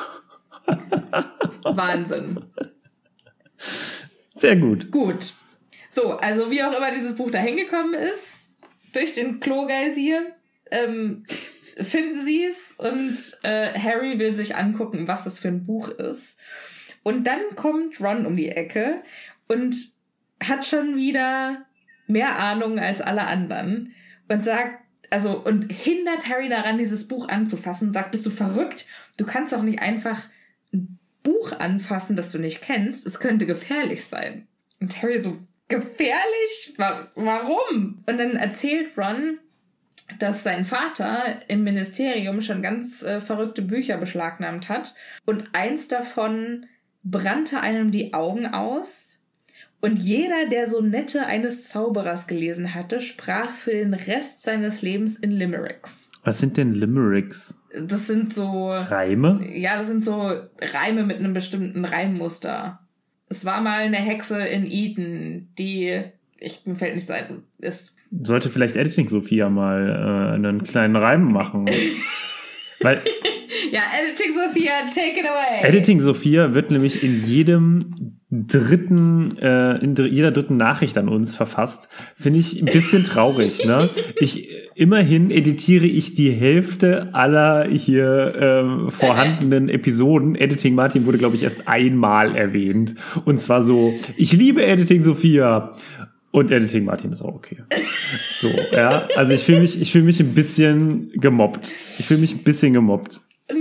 Wahnsinn. Sehr gut. Gut. So, also wie auch immer dieses Buch da hingekommen ist, durch den Klo-Geysir, ähm, finden sie es und äh, Harry will sich angucken, was das für ein Buch ist. Und dann kommt Ron um die Ecke und hat schon wieder mehr Ahnung als alle anderen und sagt, also, und hindert Harry daran, dieses Buch anzufassen, sagt, bist du verrückt? Du kannst doch nicht einfach ein Buch anfassen, das du nicht kennst. Es könnte gefährlich sein. Und Harry so, gefährlich? Warum? Und dann erzählt Ron, dass sein Vater im Ministerium schon ganz äh, verrückte Bücher beschlagnahmt hat und eins davon brannte einem die Augen aus. Und jeder, der Sonette eines Zauberers gelesen hatte, sprach für den Rest seines Lebens in Limericks. Was sind denn Limericks? Das sind so... Reime? Ja, das sind so Reime mit einem bestimmten Reimmuster. Es war mal eine Hexe in Eton, die... Ich, mir fällt nicht so ein... Ist Sollte vielleicht Editing Sophia mal äh, einen kleinen Reim machen. Weil... Ja, Editing Sophia, take it away. Editing Sophia wird nämlich in jedem dritten, äh, in dr- jeder dritten Nachricht an uns verfasst. Finde ich ein bisschen traurig, ne? Ich, immerhin editiere ich die Hälfte aller hier ähm, vorhandenen Episoden. Editing Martin wurde, glaube ich, erst einmal erwähnt. Und zwar so, ich liebe Editing Sophia. Und Editing Martin ist auch okay. So, ja. Also ich fühle mich, ich fühle mich ein bisschen gemobbt. Ich fühle mich ein bisschen gemobbt.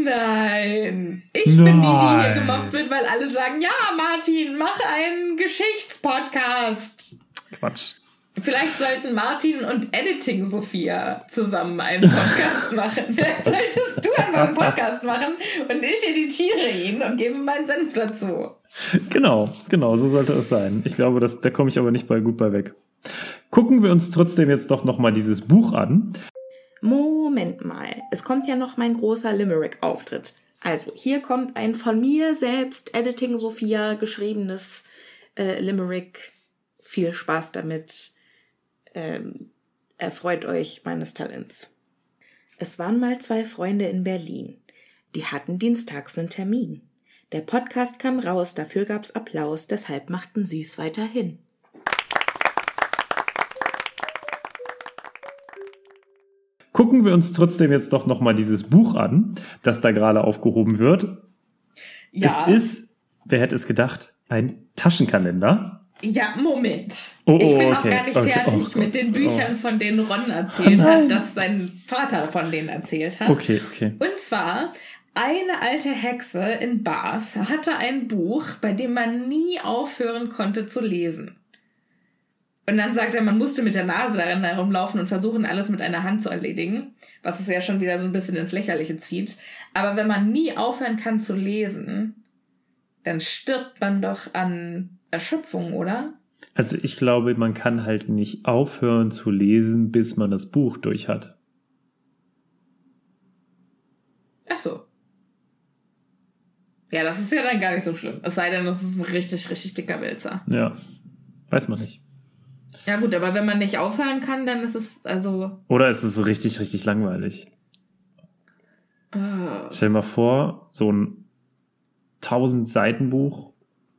Nein. Ich Nein. bin die, die hier gemobbt wird, weil alle sagen, ja, Martin, mach einen Geschichtspodcast. Quatsch. Vielleicht sollten Martin und Editing Sophia zusammen einen Podcast machen. Vielleicht solltest du einfach einen Podcast machen und ich editiere ihn und gebe meinen Senf dazu. Genau, genau, so sollte es sein. Ich glaube, das, da komme ich aber nicht bei gut bei weg. Gucken wir uns trotzdem jetzt doch nochmal dieses Buch an. Moment mal, es kommt ja noch mein großer Limerick-Auftritt. Also, hier kommt ein von mir selbst, Editing Sophia, geschriebenes äh, Limerick. Viel Spaß damit. Ähm, erfreut euch meines Talents. Es waren mal zwei Freunde in Berlin. Die hatten dienstags einen Termin. Der Podcast kam raus, dafür gab's Applaus, deshalb machten sie's weiterhin. Gucken wir uns trotzdem jetzt doch nochmal dieses Buch an, das da gerade aufgehoben wird. Ja. Es ist, wer hätte es gedacht, ein Taschenkalender. Ja, Moment. Oh, oh, ich bin okay. noch gar nicht okay. fertig oh, mit den Büchern, oh. von denen Ron erzählt oh, hat, dass sein Vater von denen erzählt hat. Okay, okay. Und zwar, eine alte Hexe in Bath hatte ein Buch, bei dem man nie aufhören konnte zu lesen. Und dann sagt er, man musste mit der Nase darin herumlaufen und versuchen, alles mit einer Hand zu erledigen, was es ja schon wieder so ein bisschen ins Lächerliche zieht. Aber wenn man nie aufhören kann zu lesen, dann stirbt man doch an Erschöpfung, oder? Also ich glaube, man kann halt nicht aufhören zu lesen, bis man das Buch durch hat. Ach so. Ja, das ist ja dann gar nicht so schlimm. Es sei denn, das ist ein richtig, richtig dicker Wälzer. Ja, weiß man nicht. Ja gut, aber wenn man nicht aufhören kann, dann ist es also... Oder ist es richtig, richtig langweilig. Oh. Stell dir mal vor, so ein tausend Seiten Buch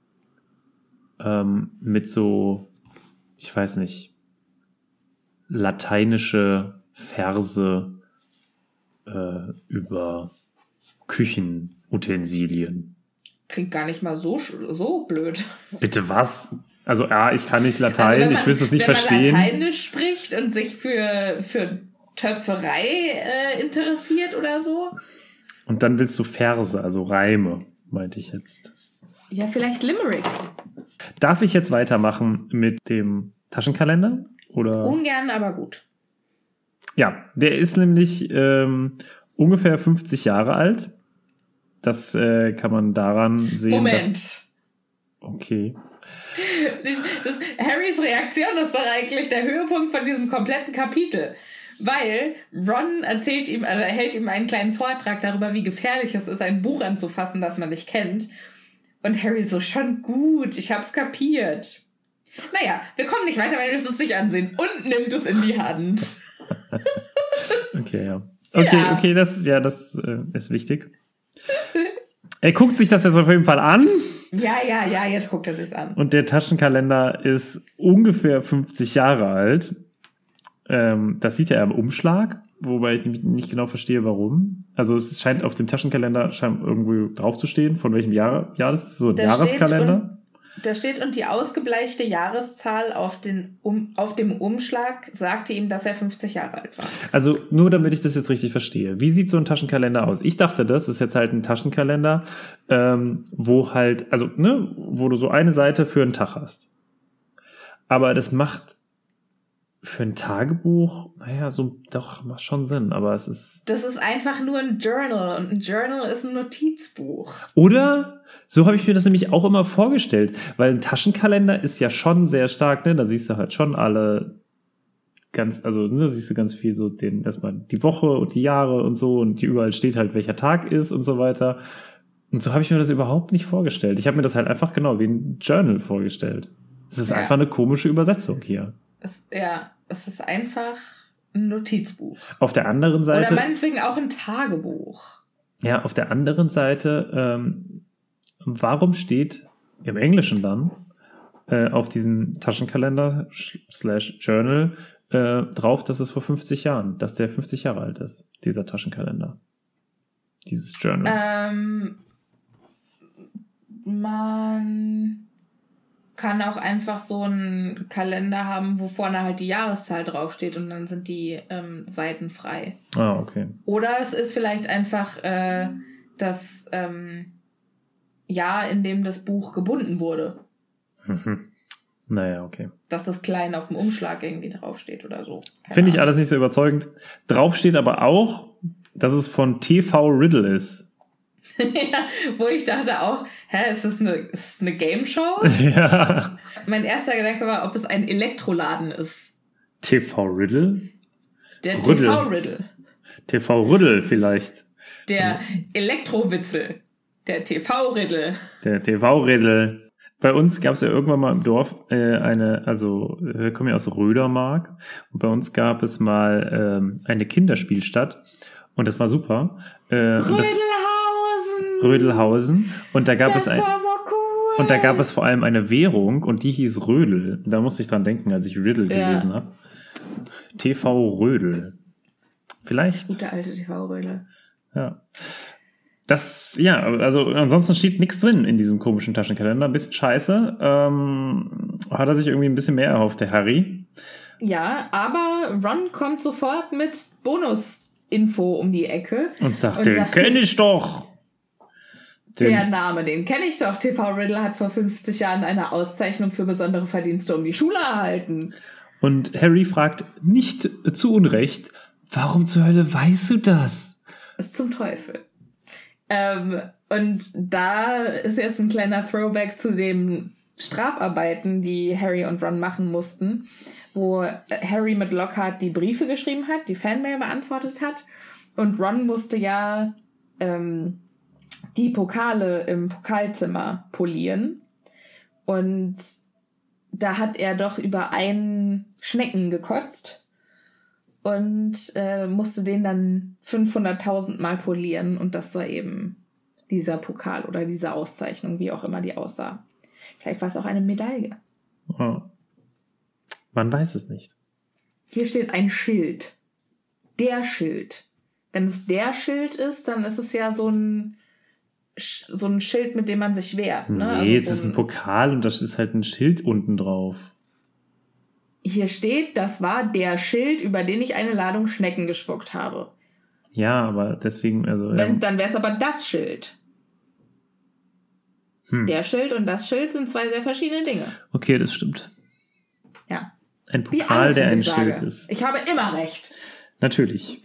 ähm, mit so, ich weiß nicht, lateinische Verse äh, über Küchenutensilien. Klingt gar nicht mal so, so blöd. Bitte was? Also ja, ich kann nicht Latein, also man, ich wüsste es nicht wenn verstehen. Wenn man Lateinisch spricht und sich für, für Töpferei äh, interessiert oder so. Und dann willst du Verse, also Reime, meinte ich jetzt. Ja, vielleicht Limericks. Darf ich jetzt weitermachen mit dem Taschenkalender? Oder? Ungern, aber gut. Ja, der ist nämlich ähm, ungefähr fünfzig Jahre alt. Das äh, kann man daran sehen. Moment. Dass, okay. Das, das, Harrys Reaktion ist doch eigentlich der Höhepunkt von diesem kompletten Kapitel. Weil Ron erzählt ihm, also er hält ihm einen kleinen Vortrag darüber, wie gefährlich es ist, ein Buch anzufassen, das man nicht kennt. Und Harry so, schon gut, ich hab's kapiert. Naja, wir kommen nicht weiter, weil wir es nicht ansehen. Und nimmt es in die Hand. Okay, ja. Okay, ja. okay, das ist ja, das äh, ist wichtig. Er guckt sich das jetzt auf jeden Fall an. Ja, ja, ja, jetzt guckt er sich's an. Und der Taschenkalender ist ungefähr fünfzig Jahre alt. Ähm, das sieht er im Umschlag, wobei ich nicht genau verstehe, warum. Also es scheint auf dem Taschenkalender scheint irgendwo draufzustehen, von welchem Jahr, Jahr das ist. So ein da Jahreskalender. Und, da steht, und die ausgebleichte Jahreszahl auf, den, um, auf dem Umschlag sagte ihm, dass er fünfzig Jahre alt war. Also nur damit ich das jetzt richtig verstehe. Wie sieht so ein Taschenkalender aus? Ich dachte, das ist jetzt halt ein Taschenkalender, ähm, wo halt, also, ne, wo du so eine Seite für einen Tag hast. Aber das macht für ein Tagebuch, naja, so, doch, macht schon Sinn, aber es ist... Das ist einfach nur ein Journal und ein Journal ist ein Notizbuch. Oder? So habe ich mir das nämlich auch immer vorgestellt, weil ein Taschenkalender ist ja schon sehr stark, ne, da siehst du halt schon alle ganz, also, ne, da siehst du ganz viel so den, erstmal die Woche und die Jahre und so und überall steht halt, welcher Tag ist und so weiter. Und so habe ich mir das überhaupt nicht vorgestellt. Ich habe mir das halt einfach genau wie ein Journal vorgestellt. Das ist ja einfach eine komische Übersetzung hier. Es, ja, es ist einfach ein Notizbuch. Auf der anderen Seite... Oder meinetwegen auch ein Tagebuch. Ja, auf der anderen Seite, ähm, warum steht im Englischen dann äh, auf diesem Taschenkalender slash Journal äh, drauf, dass es vor fünfzig Jahren, dass der fünfzig Jahre alt ist, dieser Taschenkalender. Dieses Journal. Ähm, man... kann auch einfach so einen Kalender haben, wo vorne halt die Jahreszahl draufsteht und dann sind die ähm, Seiten frei. Ah, okay. Oder es ist vielleicht einfach äh, das ähm, Jahr, in dem das Buch gebunden wurde. Mhm. Naja, okay. Dass das klein auf dem Umschlag irgendwie draufsteht oder so. Finde ich alles nicht so überzeugend. Drauf steht aber auch, dass es von T V Riddle ist. Ja, wo ich dachte auch, hä, ist das eine, ist das eine Game-Show? Ja. Mein erster Gedanke war, ob es ein Elektroladen ist. T V Riddle? Der Riddle. T V-Riddle. T V Riddle vielleicht. Der Elektrowitzel. Der T V-Riddle. Der T V-Riddle. Bei uns gab es ja irgendwann mal im Dorf äh, eine, also wir kommen ja aus Rödermark und bei uns gab es mal ähm, eine Kinderspielstadt und das war super. Äh, und das, Rödelhausen. Und da gab das es ein, war so cool. Und da gab es vor allem eine Währung und die hieß Rödel. Da musste ich dran denken, als ich Riddle Ja. gelesen habe. T V Rödel. Vielleicht. Gute alte T V-Rödel. Ja. Das, ja, also ansonsten steht nichts drin in diesem komischen Taschenkalender. Ein bisschen scheiße. Ähm, hat er sich irgendwie ein bisschen mehr erhofft, der Harry. Ja, aber Ron kommt sofort mit Bonus-Info um die Ecke. Und sagt, Und den sagt, kenn ich doch. Den, Der Name, den kenne ich doch. T V Riddle hat vor fünfzig Jahren eine Auszeichnung für besondere Verdienste um die Schule erhalten. Und Harry fragt nicht zu Unrecht, warum zur Hölle weißt du das? Ist zum Teufel. Ähm, und da ist jetzt ein kleiner Throwback zu den Strafarbeiten, die Harry und Ron machen mussten, wo Harry mit Lockhart die Briefe geschrieben hat, die Fanmail beantwortet hat. Und Ron musste ja ähm, die Pokale im Pokalzimmer polieren. Und da hat er doch über einen Schnecken gekotzt und äh, musste den dann fünfhunderttausend Mal polieren. Und das war eben dieser Pokal oder diese Auszeichnung, wie auch immer die aussah. Vielleicht war es auch eine Medaille. Oh. Man weiß es nicht. Hier steht ein Schild. Der Schild. Wenn es der Schild ist, dann ist es ja so ein so ein Schild, mit dem man sich wehrt. Ne? Nee, also es so ist ein Pokal und da ist halt ein Schild unten drauf. Hier steht, das war der Schild, über den ich eine Ladung Schnecken gespuckt habe. Ja, aber deswegen, also... Wenn, ja. Dann wäre es aber das Schild. Hm. Der Schild und das Schild sind zwei sehr verschiedene Dinge. Okay, das stimmt. Ja. Ein Wie Pokal, alles, der was ein ich Schild sage. ist. Ich habe immer recht. Natürlich.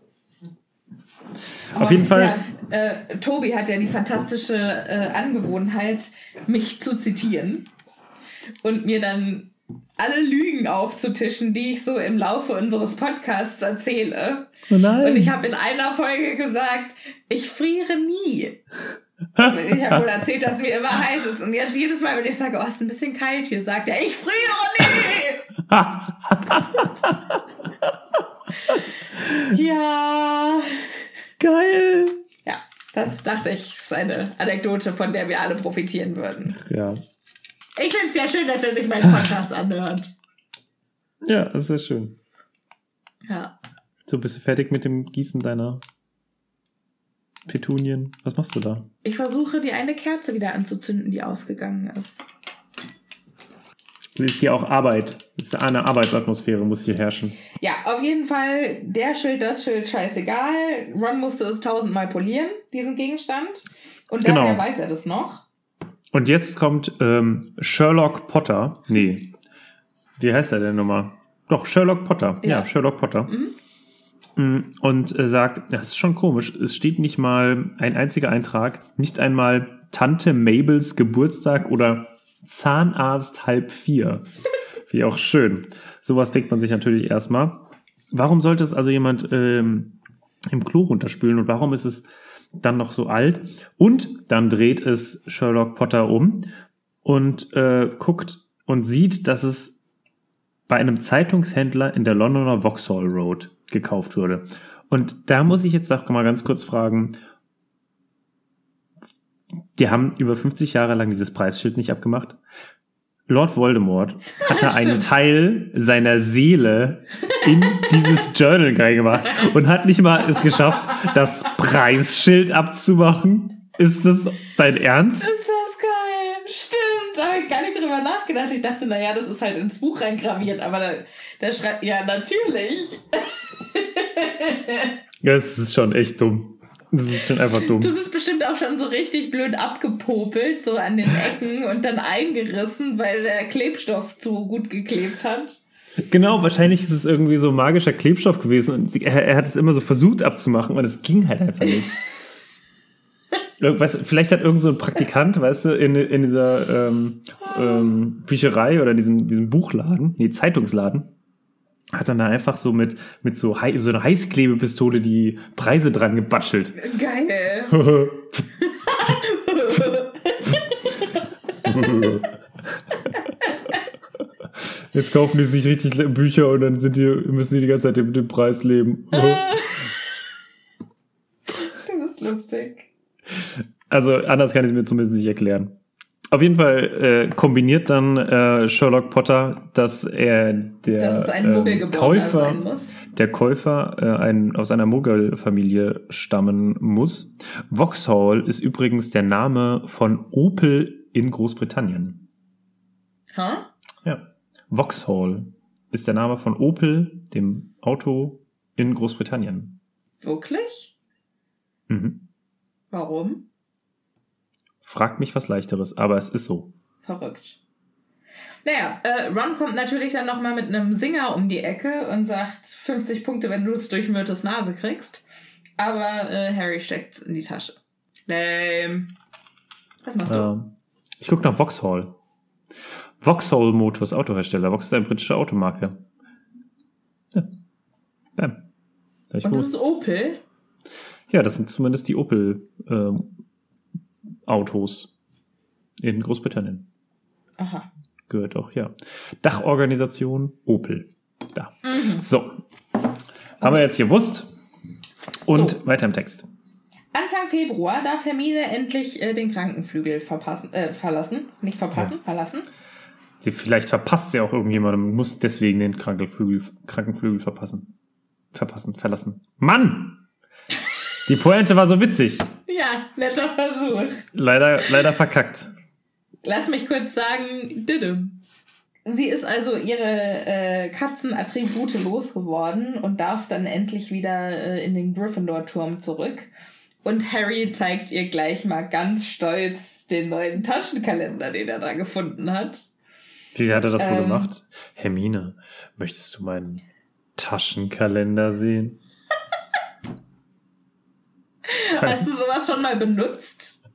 Aber Auf jeden Fall... Der, äh, Tobi hat ja die fantastische äh, Angewohnheit, mich zu zitieren und mir dann alle Lügen aufzutischen, die ich so im Laufe unseres Podcasts erzähle. Oh nein. Und ich habe in einer Folge gesagt, ich friere nie. Ich habe wohl erzählt, dass mir immer heiß ist. Und jetzt jedes Mal, wenn ich sage, oh, es ist ein bisschen kalt hier, sagt er, ich friere nie. Ja. Geil. Ja, das dachte ich, ist eine Anekdote, von der wir alle profitieren würden. Ja. Ich finde es ja schön, dass er sich meinen Podcast anhört. Ja, das ist sehr schön. Ja. So, bist du fertig mit dem Gießen deiner Petunien? Was machst du da? Ich versuche, die eine Kerze wieder anzuzünden, die ausgegangen ist. Das ist hier auch Arbeit. Das ist eine Arbeitsatmosphäre, muss hier herrschen. Ja, auf jeden Fall, der Schild, das Schild, scheißegal. Ron musste es tausendmal polieren, diesen Gegenstand. Und Genau. daher weiß er das noch. Und jetzt kommt ähm, Sherlock Potter. Nee. Wie heißt er denn nochmal? Doch, Sherlock Potter. Ja, ja Sherlock Potter. Mhm. Und äh, sagt, das ist schon komisch, es steht nicht mal ein einziger Eintrag, nicht einmal Tante Mabels Geburtstag oder Zahnarzt halb vier. Wie auch schön. Sowas denkt man sich natürlich erstmal. Warum sollte es also jemand ähm, im Klo runterspülen und warum ist es dann noch so alt? Und dann dreht es Sherlock Potter um und äh, guckt und sieht, dass es bei einem Zeitungshändler in der Londoner Vauxhall Road gekauft wurde. Und da muss ich jetzt auch mal ganz kurz fragen, die haben über fünfzig Jahre lang dieses Preisschild nicht abgemacht. Lord Voldemort hatte einen Teil seiner Seele in dieses Journal reingemacht und hat nicht mal es geschafft, das Preisschild abzumachen. Ist das dein Ernst? Ist das geil? Stimmt, da habe ich gar nicht drüber nachgedacht. Ich dachte, naja, das ist halt ins Buch reingraviert, aber da, da schreibt, ja, natürlich. Das ist schon echt dumm. Das ist schon einfach dumm. Das ist bestimmt auch schon so richtig blöd abgepopelt, so an den Ecken und dann eingerissen, weil der Klebstoff zu gut geklebt hat. Genau, wahrscheinlich ist es irgendwie so magischer Klebstoff gewesen und er, er hat es immer so versucht abzumachen und es ging halt einfach nicht. Weißt, vielleicht hat irgend so ein Praktikant, weißt du, in, in dieser ähm, ähm, Bücherei oder diesem, diesem Buchladen, nee, Zeitungsladen, hat dann da einfach so mit, mit so, Hei- so einer Heißklebepistole die Preise dran gebatschelt. Geil. Jetzt kaufen die sich richtig Bücher und dann sind die, müssen die die ganze Zeit mit dem Preis leben. Du bist lustig. Also anders kann ich es mir zumindest nicht erklären. Auf jeden Fall äh, kombiniert dann äh, Sherlock Potter, dass er der dass es ein Muggel äh, geboren Käufer, sein muss. der Käufer äh, ein, aus einer Muggelfamilie stammen muss. Vauxhall ist übrigens der Name von Opel in Großbritannien. Huh? Ja, Vauxhall ist der Name von Opel, dem Auto in Großbritannien. Wirklich? Mhm. Warum? Fragt mich was Leichteres, aber es ist so. Verrückt. Naja, äh, Ron kommt natürlich dann nochmal mit einem Singer um die Ecke und sagt fünfzig Punkte, wenn du es durch Myrtes Nase kriegst. Aber äh, Harry steckt's in die Tasche. Lame. Was machst du? Ähm, ich gucke nach Vauxhall. Vauxhall Motors, Autohersteller. Vaux ist eine britische Automarke. Ja. Bam. Da ich und das gewusst. ist Opel? Ja, das sind zumindest die Opel ähm, Autos in Großbritannien. Aha. Gehört auch, ja. Dachorganisation Opel. Da. Mhm. So. Haben wir jetzt gewusst. Und So. weiter im Text. Anfang Februar darf Hermine endlich äh, den Krankenflügel verpassen, äh, verlassen. Nicht verpassen, Yes. verlassen. Sie, vielleicht verpasst sie auch irgendjemandem und muss deswegen den Krankenflügel, Krankenflügel verpassen. Verpassen, verlassen. Mann! Die Pointe war so witzig. Ja, netter Versuch. Leider, leider verkackt. Lass mich kurz sagen, didim. Sie ist also ihre äh, Katzenattribute losgeworden und darf dann endlich wieder äh, in den Gryffindor-Turm zurück. Und Harry zeigt ihr gleich mal ganz stolz den neuen Taschenkalender, den er da gefunden hat. Wie hat er das wohl Ähm. gemacht? Hermine, möchtest du meinen Taschenkalender sehen? Hast du sowas schon mal benutzt?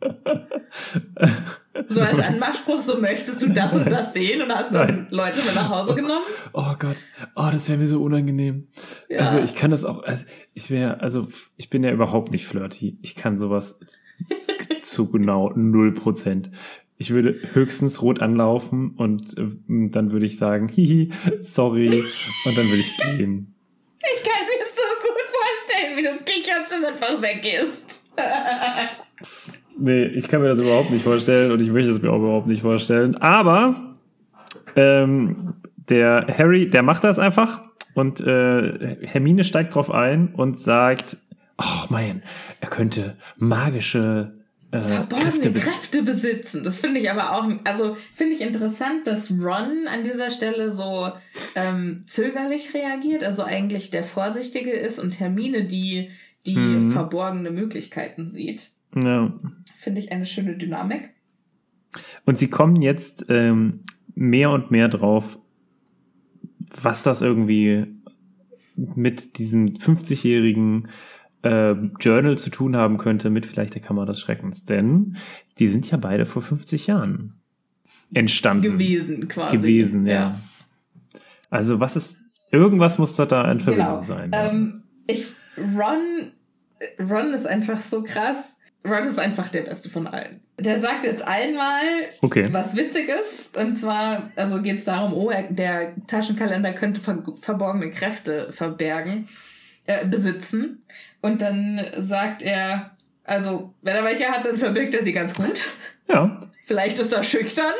So als Anmachspruch, so möchtest du das und das sehen und hast dann Leute mit nach Hause genommen? Oh Gott, oh, das wäre mir so unangenehm. Ja. Also ich kann das auch, also ich wäre, also ich bin ja überhaupt nicht flirty. Ich kann sowas zu genau null Prozent. Ich würde höchstens rot anlaufen und äh, dann würde ich sagen, hihi, sorry, und dann würde ich gehen. Ich kann mir so gut vorstellen, wie du kicherst und einfach weggehst. Nee, ich kann mir das überhaupt nicht vorstellen und ich möchte es mir auch überhaupt nicht vorstellen. Aber ähm, der Harry, der macht das einfach und äh, Hermine steigt drauf ein und sagt, ach mein, er könnte magische äh, Verborgene Kräfte, bes- Kräfte besitzen. Das finde ich aber auch, also finde ich interessant, dass Ron an dieser Stelle so ähm, zögerlich reagiert, also eigentlich der Vorsichtige ist und Hermine die, die Mhm. verborgene Möglichkeiten sieht. Ja. Finde ich eine schöne Dynamik. Und sie kommen jetzt ähm, mehr und mehr drauf, was das irgendwie mit diesem fünfzigjährigen äh, Journal zu tun haben könnte, mit vielleicht der Kammer des Schreckens. Denn die sind ja beide vor fünfzig Jahren entstanden. Gewesen quasi. Gewesen, ja. Also was ist, irgendwas muss da, da in Verbindung Genau. sein. Ja. Ähm, ich, Ron, Ron ist einfach so krass. Ron ist einfach der Beste von allen. Der sagt jetzt einmal Okay. was Witziges. Und zwar, also geht es darum, oh, er, der Taschenkalender könnte ver verborgene Kräfte verbergen, äh, besitzen. Und dann sagt er, also, wenn er welche hat, dann verbirgt er sie ganz gut. Ja. Vielleicht ist er schüchtern.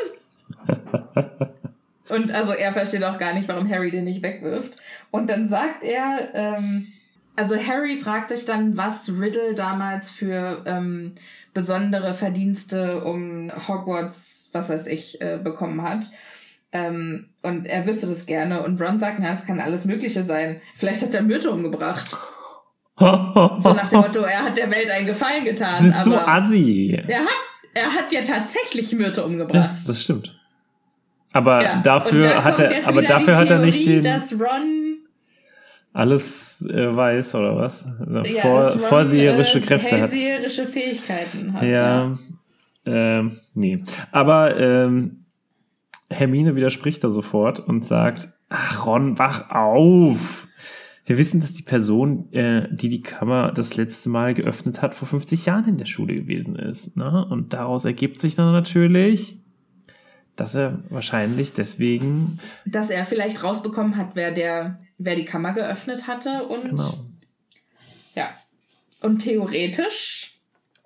Und also er versteht auch gar nicht, warum Harry den nicht wegwirft. Und dann sagt er, ähm, also Harry fragt sich dann, was Riddle damals für ähm, besondere Verdienste um Hogwarts, was weiß ich, äh, bekommen hat. Ähm, und er wüsste das gerne. Und Ron sagt, na, es kann alles Mögliche sein. Vielleicht hat er Myrte umgebracht. So nach dem Motto, er hat der Welt einen Gefallen getan. Das ist so aber assi. er hat, er hat ja tatsächlich Myrte Ja, umgebracht. das stimmt. Aber Ja, und dafür da hat kommt er, jetzt aber wieder dafür die hat er nicht Theorie, den dass Ron, alles äh, weiß oder was? ja, Vor, dass Ron vorseherische äh, Kräfte hat. hellseherische Fähigkeiten hat. Ja, ähm, nee. Aber ähm, Hermine widerspricht da sofort und sagt, ach Ron, wach auf! Wir wissen, dass die Person, äh, die die Kammer das letzte Mal geöffnet hat, vor fünfzig Jahren in der Schule gewesen ist. Ne? Und daraus ergibt sich dann natürlich, dass er wahrscheinlich deswegen... Dass er vielleicht rausbekommen hat, wer der, wer die Kammer geöffnet hatte und Genau. ja. Und theoretisch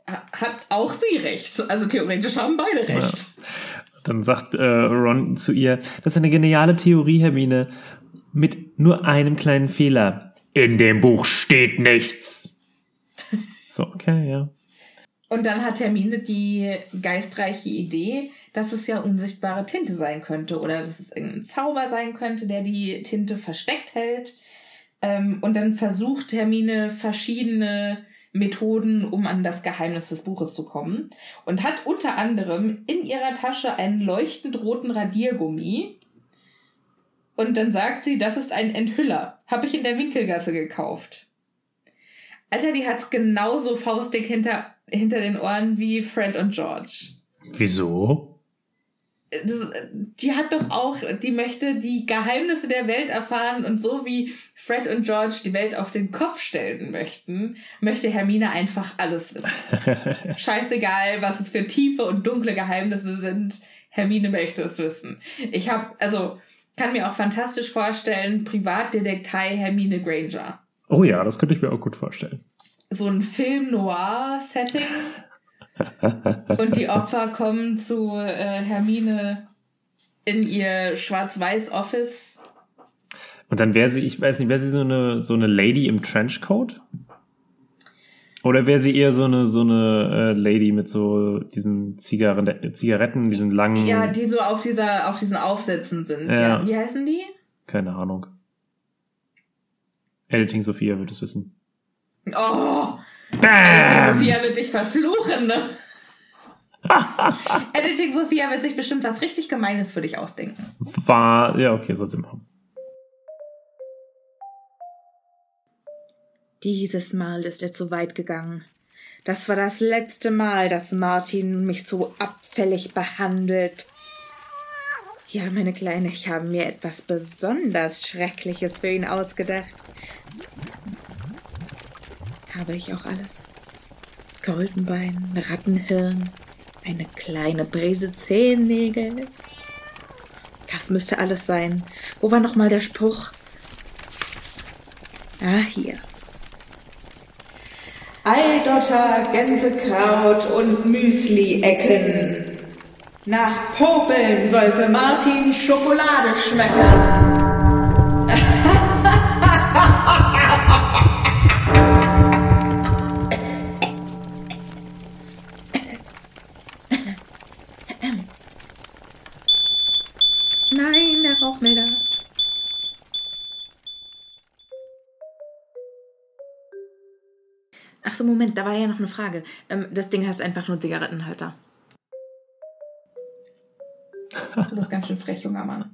hat auch sie recht. Also theoretisch haben beide recht. Ja. Dann sagt äh, Ron zu ihr, das ist eine geniale Theorie, Hermine, mit nur einem kleinen Fehler. In dem Buch steht nichts. So, okay, ja. Und dann hat Hermine die geistreiche Idee, dass es ja unsichtbare Tinte sein könnte oder dass es irgendein Zauber sein könnte, der die Tinte versteckt hält. Ähm, und dann versucht Hermine verschiedene Methoden, um an das Geheimnis des Buches zu kommen. Und hat unter anderem in ihrer Tasche einen leuchtend roten Radiergummi. Und dann sagt sie, das ist ein Enthüller. Habe ich in der Winkelgasse gekauft. Alter, die hat's genauso faustdick hinter, hinter den Ohren wie Fred und George. Wieso? Das, die hat doch auch, die möchte die Geheimnisse der Welt erfahren und so wie Fred und George die Welt auf den Kopf stellen möchten, möchte Hermine einfach alles wissen. Scheißegal, was es für tiefe und dunkle Geheimnisse sind, Hermine möchte es wissen. Ich habe, also, kann mir auch fantastisch vorstellen, Privatdetektei Hermine Granger. Oh ja, das könnte ich mir auch gut vorstellen. So ein Film-Noir-Setting. Und die Opfer kommen zu äh, Hermine in ihr Schwarz-Weiß-Office. Und dann wäre sie, ich weiß nicht, wäre sie so eine, so eine Lady im Trenchcoat? Oder wäre sie eher so eine, so eine äh, Lady mit so diesen Zigaretten, Zigaretten, diesen langen... Ja, die so auf dieser, auf diesen Aufsätzen sind. Ja. Ja. Wie heißen die? Keine Ahnung. Editing Sophia wird es wissen. Oh! Bam! Editing Sophia wird dich verfluchen, ne? Editing Sophia wird sich bestimmt was richtig Gemeines für dich ausdenken. War, ja, okay, soll sie machen. Dieses Mal ist er zu weit gegangen. Das war das letzte Mal, dass Martin mich so abfällig behandelt. Ja, meine Kleine, ich habe mir etwas besonders Schreckliches für ihn ausgedacht. Habe ich auch alles? Goldenbein, Rattenhirn, eine kleine Prise Zehennägel. Das müsste alles sein. Wo war nochmal der Spruch? Ah, hier. Eidotter, Gänsekraut und Müsli-Ecken. Nach Popeln soll für Martin Schokolade schmecken. Nein, der Rauchmelder. Ach so, Moment, da war ja noch eine Frage. Ähm, das Ding heißt einfach nur Zigarettenhalter. Du bist ganz schön frech, junger Mann.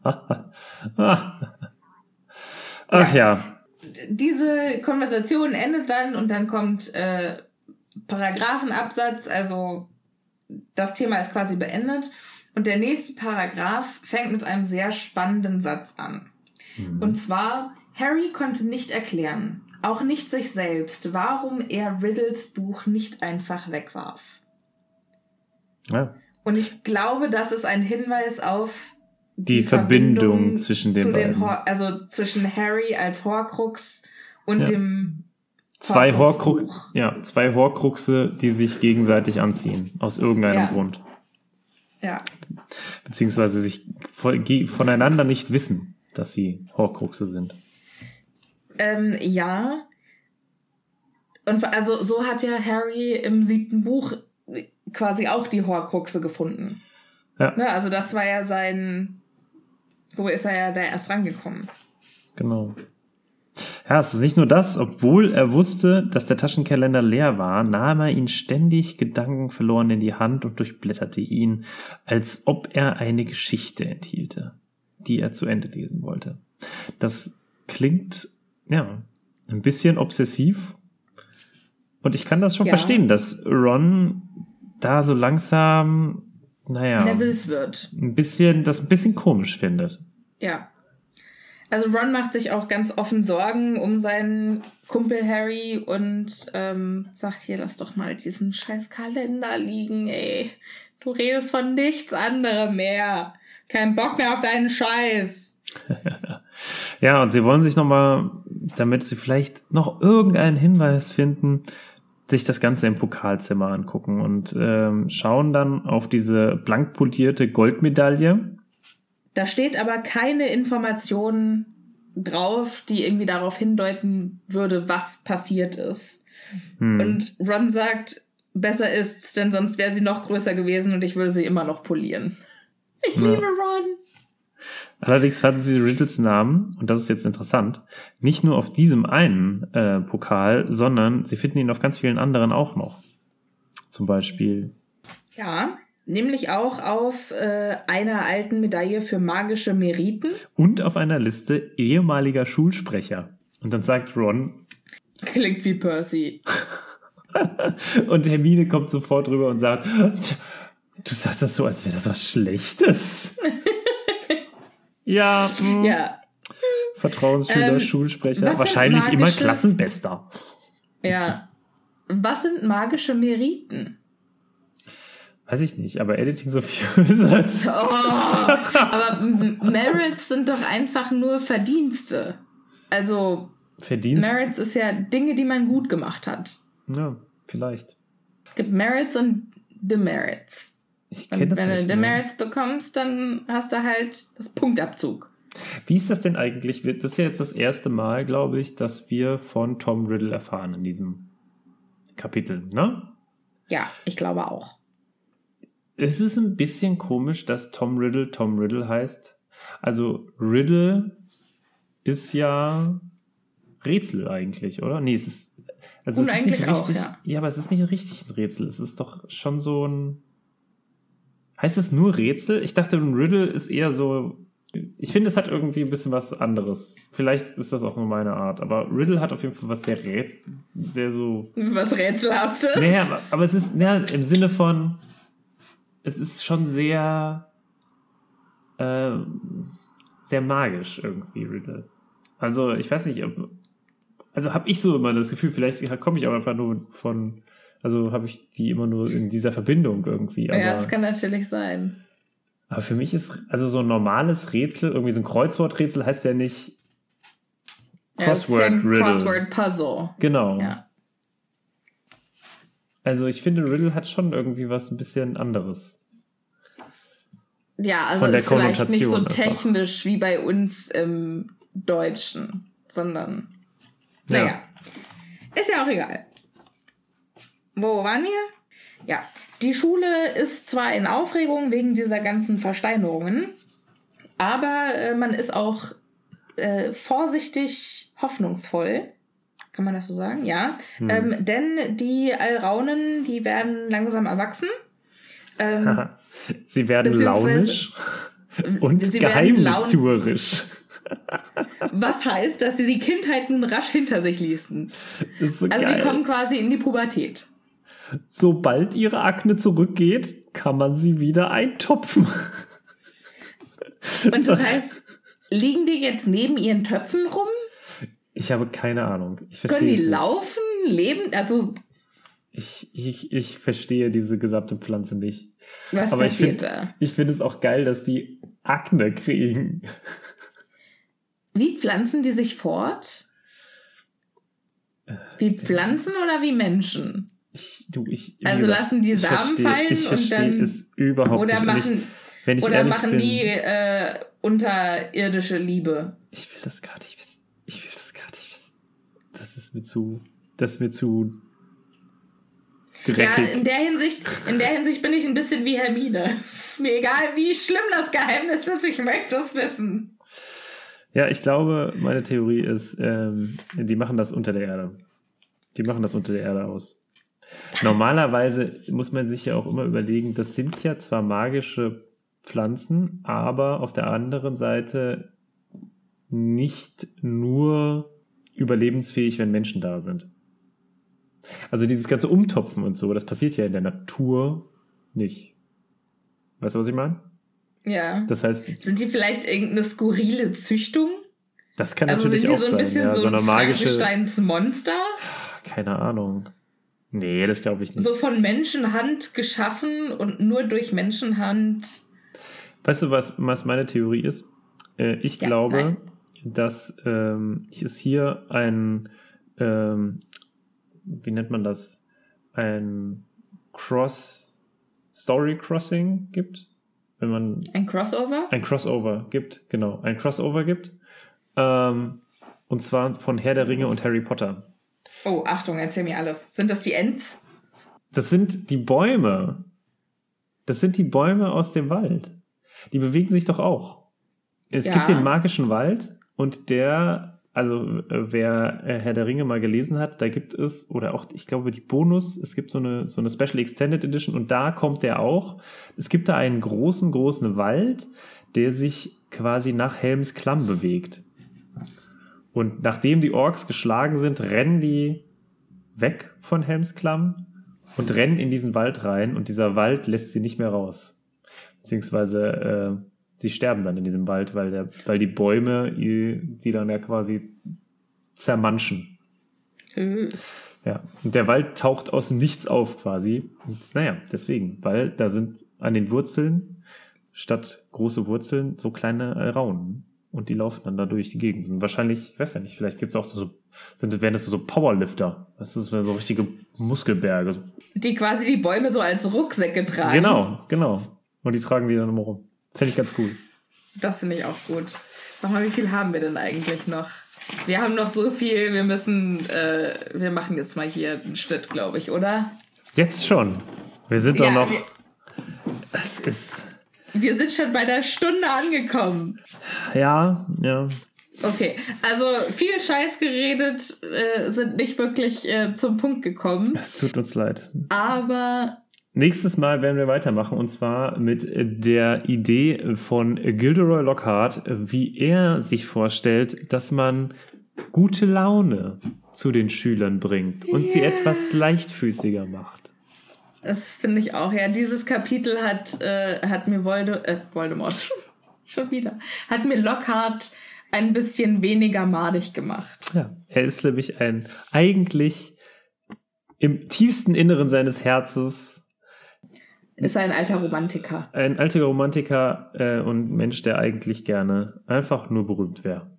Ach ja. Diese Konversation endet dann und dann kommt äh, Paragraphenabsatz, also das Thema ist quasi beendet. Und der nächste Paragraph fängt mit einem sehr spannenden Satz an. Mhm. Und zwar, Harry konnte nicht erklären, auch nicht sich selbst, warum er Riddles Buch nicht einfach wegwarf. Ja. Und ich glaube, das ist ein Hinweis auf die, die Verbindung, Verbindung zwischen den zu beiden. Den Hor- also zwischen Harry als Horcrux und ja. dem zwei Horcrux, ja, zwei Horcruxe, die sich gegenseitig anziehen, aus irgendeinem ja. Grund. Ja. Beziehungsweise sich voneinander nicht wissen, dass sie Horcruxe sind. Ähm, ja. Und also so hat ja Harry im siebten Buch quasi auch die Horcruxe gefunden. Ja. Ne, also das war ja sein... So ist er ja da erst rangekommen. Genau. Ja, es ist nicht nur das, obwohl er wusste, dass der Taschenkalender leer war, nahm er ihn ständig gedankenverloren in die Hand und durchblätterte ihn, als ob er eine Geschichte enthielte, die er zu Ende lesen wollte. Das klingt, ja, ein bisschen obsessiv. Und ich kann das schon ja. verstehen, dass Ron da so langsam, naja, nervös wird. Ein bisschen, das ein bisschen komisch findet. Ja. Also Ron macht sich auch ganz offen Sorgen um seinen Kumpel Harry und ähm, sagt, hier, lass doch mal diesen scheiß Kalender liegen, ey. Du redest von nichts anderem mehr. Kein Bock mehr auf deinen Scheiß. Ja, und sie wollen sich nochmal, damit sie vielleicht noch irgendeinen Hinweis finden, sich das Ganze im Pokalzimmer angucken und ähm, schauen dann auf diese blank polierte Goldmedaille. Da steht aber keine Information drauf, die irgendwie darauf hindeuten würde, was passiert ist. Hm. Und Ron sagt, besser ist's, denn sonst wäre sie noch größer gewesen und ich würde sie immer noch polieren. Ich ja. liebe Ron. Allerdings fanden sie Riddles Namen, und das ist jetzt interessant, nicht nur auf diesem einen äh, Pokal, sondern sie finden ihn auf ganz vielen anderen auch noch. Zum Beispiel. Ja, nämlich auch auf äh, einer alten Medaille für magische Meriten. Und auf einer Liste ehemaliger Schulsprecher. Und dann sagt Ron... Klingt wie Percy. Und Hermine kommt sofort rüber und sagt, du sagst das so, als wäre das was Schlechtes. Ja, mh. ja. Vertrauensschüler, ähm, Schulsprecher, wahrscheinlich magische... immer Klassenbester. Ja. Was sind magische Meriten? Weiß ich nicht, aber Editing Sophia ist halt... Oh, aber Merits sind doch einfach nur Verdienste. Also, Verdienst? Merits ist ja Dinge, die man gut gemacht hat. Ja, vielleicht. Es gibt Merits und Demerits. Ich kenne das wenn nicht. Wenn du Demerits ne? bekommst, dann hast du halt das Punktabzug. Wie ist das denn eigentlich? Das ist ja jetzt das erste Mal, glaube ich, dass wir von Tom Riddle erfahren in diesem Kapitel, ne? Ja, ich glaube auch. Es ist ein bisschen komisch, dass Tom Riddle Tom Riddle heißt. Also Riddle ist ja Rätsel eigentlich, oder? Nee, es ist... Also Und es ist eigentlich nicht auch, richtig, ja. Ja, aber es ist nicht richtig ein Rätsel. Es ist doch schon so ein... Heißt es nur Rätsel? Ich dachte, ein Riddle ist eher so... Ich finde, es hat irgendwie ein bisschen was anderes. Vielleicht ist das auch nur meine Art. Aber Riddle hat auf jeden Fall was sehr Rätsel... Sehr so... Was Rätselhaftes? Naja, aber, aber es ist ja, im Sinne von... Es ist schon sehr... Äh, sehr magisch irgendwie, Riddle. Also, ich weiß nicht, ob... Also habe ich so immer das Gefühl, vielleicht komme ich auch einfach nur von... Also habe ich die immer nur in dieser Verbindung irgendwie. Aber, ja, das kann natürlich sein. Aber für mich ist, also so ein normales Rätsel, irgendwie so ein Kreuzworträtsel heißt ja nicht Crossword ja, Riddle. Crossword Puzzle. Genau. Ja. Also ich finde, Riddle hat schon irgendwie was ein bisschen anderes. Ja, also Von der ist vielleicht nicht so einfach. technisch wie bei uns im Deutschen, sondern naja. Ja. Ist ja auch egal. Wo waren wir? Ja, die Schule ist zwar in Aufregung wegen dieser ganzen Versteinerungen, aber äh, man ist auch äh, vorsichtig hoffnungsvoll. Kann man das so sagen? Ja. Hm. Ähm, denn die Alraunen, die werden langsam erwachsen. Ähm, sie werden launisch und geheimnistuerisch. Was heißt, dass sie die Kindheiten rasch hinter sich ließen. Das ist so also geil. Die kommen quasi in die Pubertät. Sobald ihre Akne zurückgeht, kann man sie wieder eintopfen. Und das, das heißt, liegen die jetzt neben ihren Töpfen rum? Ich habe keine Ahnung. Ich Können die es nicht. laufen, leben? Also ich, ich, ich verstehe diese gesamte Pflanze nicht. Was Aber passiert ich find, da? Ich finde es auch geil, dass die Akne kriegen. Wie pflanzen die sich fort? Wie Pflanzen oder wie Menschen? Ich, du, ich, also gesagt, lassen die Samen versteh, fallen ich und dann es überhaupt oder nicht. machen, ich, wenn ich oder machen bin, die äh, unterirdische Liebe. Ich will das gar nicht wissen. Ich will das gar nicht wissen. Das ist mir zu, das ist mir zu dreckig. Ja, in der Hinsicht, in der Hinsicht bin ich ein bisschen wie Hermine. Es ist mir egal, wie schlimm das Geheimnis ist. Ich möchte es wissen. Ja, ich glaube, meine Theorie ist, ähm, die machen das unter der Erde. Die machen das unter der Erde aus. Normalerweise muss man sich ja auch immer überlegen, das sind ja zwar magische Pflanzen, aber auf der anderen Seite nicht nur überlebensfähig, wenn Menschen da sind. Also dieses ganze Umtopfen und so, das passiert ja in der Natur nicht. Weißt du, was ich meine? Ja. Das heißt, sind die vielleicht irgendeine skurrile Züchtung? Das kann also natürlich auch sein. Also sind die so ein bisschen ja, so, so eine ein magische Frankensteins-Monster? Keine Ahnung. Nee, das glaube ich nicht. So von Menschenhand geschaffen und nur durch Menschenhand. Weißt du, was, was meine Theorie ist? Äh, ich ja, glaube, nein. dass ähm, es hier ein, ähm, wie nennt man das? ein Cross Story Crossing gibt. Wenn man ein Crossover? Ein Crossover gibt, genau. Ein Crossover gibt. Ähm, und zwar von Herr der Ringe und Harry Potter. Oh, Achtung, erzähl mir alles. Sind das die Ents? Das sind die Bäume. Das sind die Bäume aus dem Wald. Die bewegen sich doch auch. Es Ja. gibt den magischen Wald und der, also äh, wer äh, Herr der Ringe mal gelesen hat, da gibt es, oder auch, ich glaube, die Bonus, es gibt so eine, so eine Special Extended Edition und da kommt der auch. Es gibt da einen großen, großen Wald, der sich quasi nach Helms Klamm bewegt. Und nachdem die Orks geschlagen sind, rennen die weg von Helms Klamm und rennen in diesen Wald rein und dieser Wald lässt sie nicht mehr raus. Beziehungsweise äh, sie sterben dann in diesem Wald, weil, der, weil die Bäume die dann ja quasi zermanschen. Mhm. Ja, und der Wald taucht aus dem Nichts auf quasi. Und naja, deswegen, weil da sind an den Wurzeln statt große Wurzeln so kleine äh, Raunen. Und die laufen dann da durch die Gegend. Und wahrscheinlich, ich weiß ja nicht, vielleicht gibt es auch so, sind, wären das so Powerlifter. Das ist so richtige Muskelberge. Die quasi die Bäume so als Rucksäcke tragen. Genau, genau. Und die tragen die dann immer rum. Fände ich ganz cool. Das finde ich auch gut. Sag mal, wie viel haben wir denn eigentlich noch? Wir haben noch so viel, wir müssen, äh, wir machen jetzt mal hier einen Schnitt, glaube ich, oder? Jetzt schon. Wir sind doch Ja, noch. wir- Es ist. Wir sind schon bei der Stunde angekommen. Ja, ja. Okay, also viel Scheiß geredet, äh, sind nicht wirklich äh, zum Punkt gekommen. Es tut uns leid. Aber Nächstes Mal werden wir weitermachen und zwar mit der Idee von Gilderoy Lockhart, wie er sich vorstellt, dass man gute Laune zu den Schülern bringt und sie Yeah. etwas leichtfüßiger macht. das finde ich auch, ja, dieses Kapitel hat, äh, hat mir Volde äh, Voldemort, schon wieder, hat mir Lockhart ein bisschen weniger madig gemacht. Ja, er ist nämlich ein eigentlich im tiefsten Inneren seines Herzens Ist ein alter Romantiker. ein alter Romantiker äh, und Mensch, der eigentlich gerne einfach nur berühmt wäre.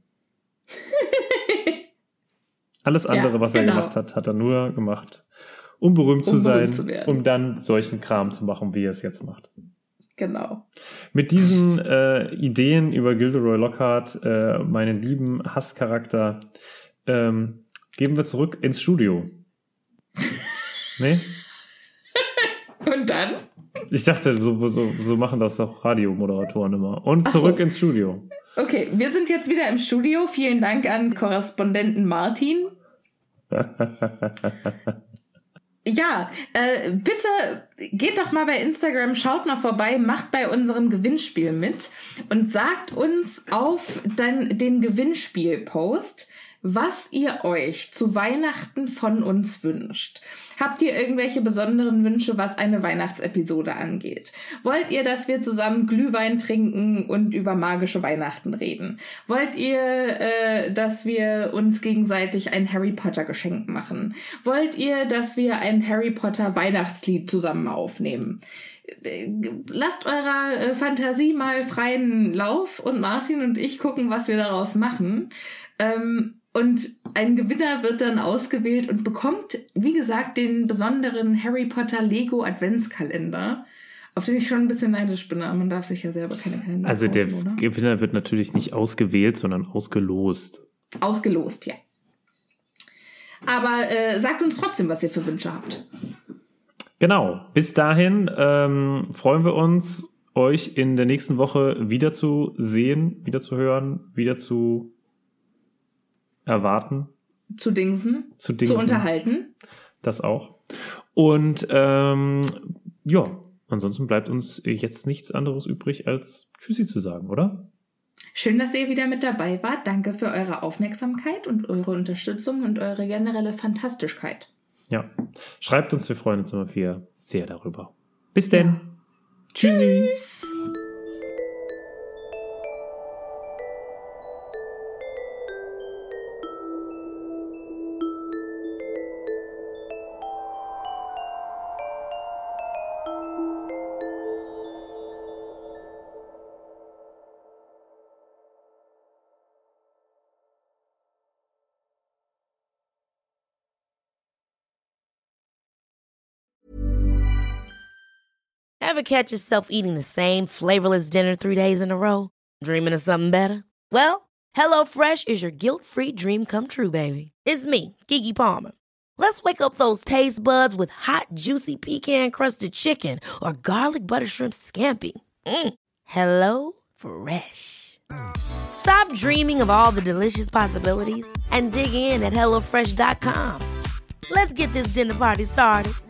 Alles andere, Ja, was genau. er gemacht hat, hat er nur gemacht, um berühmt zu Um sein, berühmt zu werden. um dann solchen Kram zu machen, wie er es jetzt macht. Genau. Mit diesen äh, Ideen über Gilderoy Lockhart, äh, meinen lieben Hasscharakter, ähm, geben wir zurück ins Studio. Nee? Und dann? Ich dachte, so, so, so machen das doch Radiomoderatoren immer. Und Ach zurück so. ins Studio. Okay, wir sind jetzt wieder im Studio. Vielen Dank an Korrespondenten Martin. Ja, äh, bitte geht doch mal bei Instagram, schaut mal vorbei, macht bei unserem Gewinnspiel mit und sagt uns auf dann den Gewinnspiel-Post, was ihr euch zu Weihnachten von uns wünscht. Habt ihr irgendwelche besonderen Wünsche, was eine Weihnachtsepisode angeht? Wollt ihr, dass wir zusammen Glühwein trinken und über magische Weihnachten reden? Wollt ihr, äh, dass wir uns gegenseitig ein Harry Potter Geschenk machen? Wollt ihr, dass wir ein Harry Potter Weihnachtslied zusammen aufnehmen? Äh, Lasst eurer äh, Fantasie mal freien Lauf und Martin und ich gucken, was wir daraus machen. Ähm, Und ein Gewinner wird dann ausgewählt und bekommt, wie gesagt, den besonderen Harry Potter Lego Adventskalender, auf den ich schon ein bisschen neidisch bin, aber man darf sich ja selber keine Kalender Also kaufen, der oder? Gewinner wird natürlich nicht ausgewählt, sondern ausgelost. Ausgelost, ja. Aber äh, sagt uns trotzdem, was ihr für Wünsche habt. Genau. Bis dahin ähm, freuen wir uns, euch in der nächsten Woche wieder zu sehen, wieder zu hören, wieder zu erwarten, Zu Dingsen, zu zu Dingsen. unterhalten. Das auch. Und ähm, ja, ansonsten bleibt uns jetzt nichts anderes übrig, als Tschüssi zu sagen, oder? Schön, dass ihr wieder mit dabei wart. Danke für eure Aufmerksamkeit und eure Unterstützung und eure generelle Fantastischkeit. Ja. Schreibt uns, wir freuen uns immer viel sehr darüber. Bis denn. Ja. Tschüssi. Tschüss. Ever catch yourself eating the same flavorless dinner three days in a row? Dreaming of something better? Well, HelloFresh is your guilt-free dream come true, baby. It's me, Keke Palmer. Let's wake up those taste buds with hot, juicy pecan-crusted chicken or garlic butter shrimp scampi. Mm. Hello Fresh. Stop dreaming of all the delicious possibilities and dig in at hello fresh dot com. Let's get this dinner party started.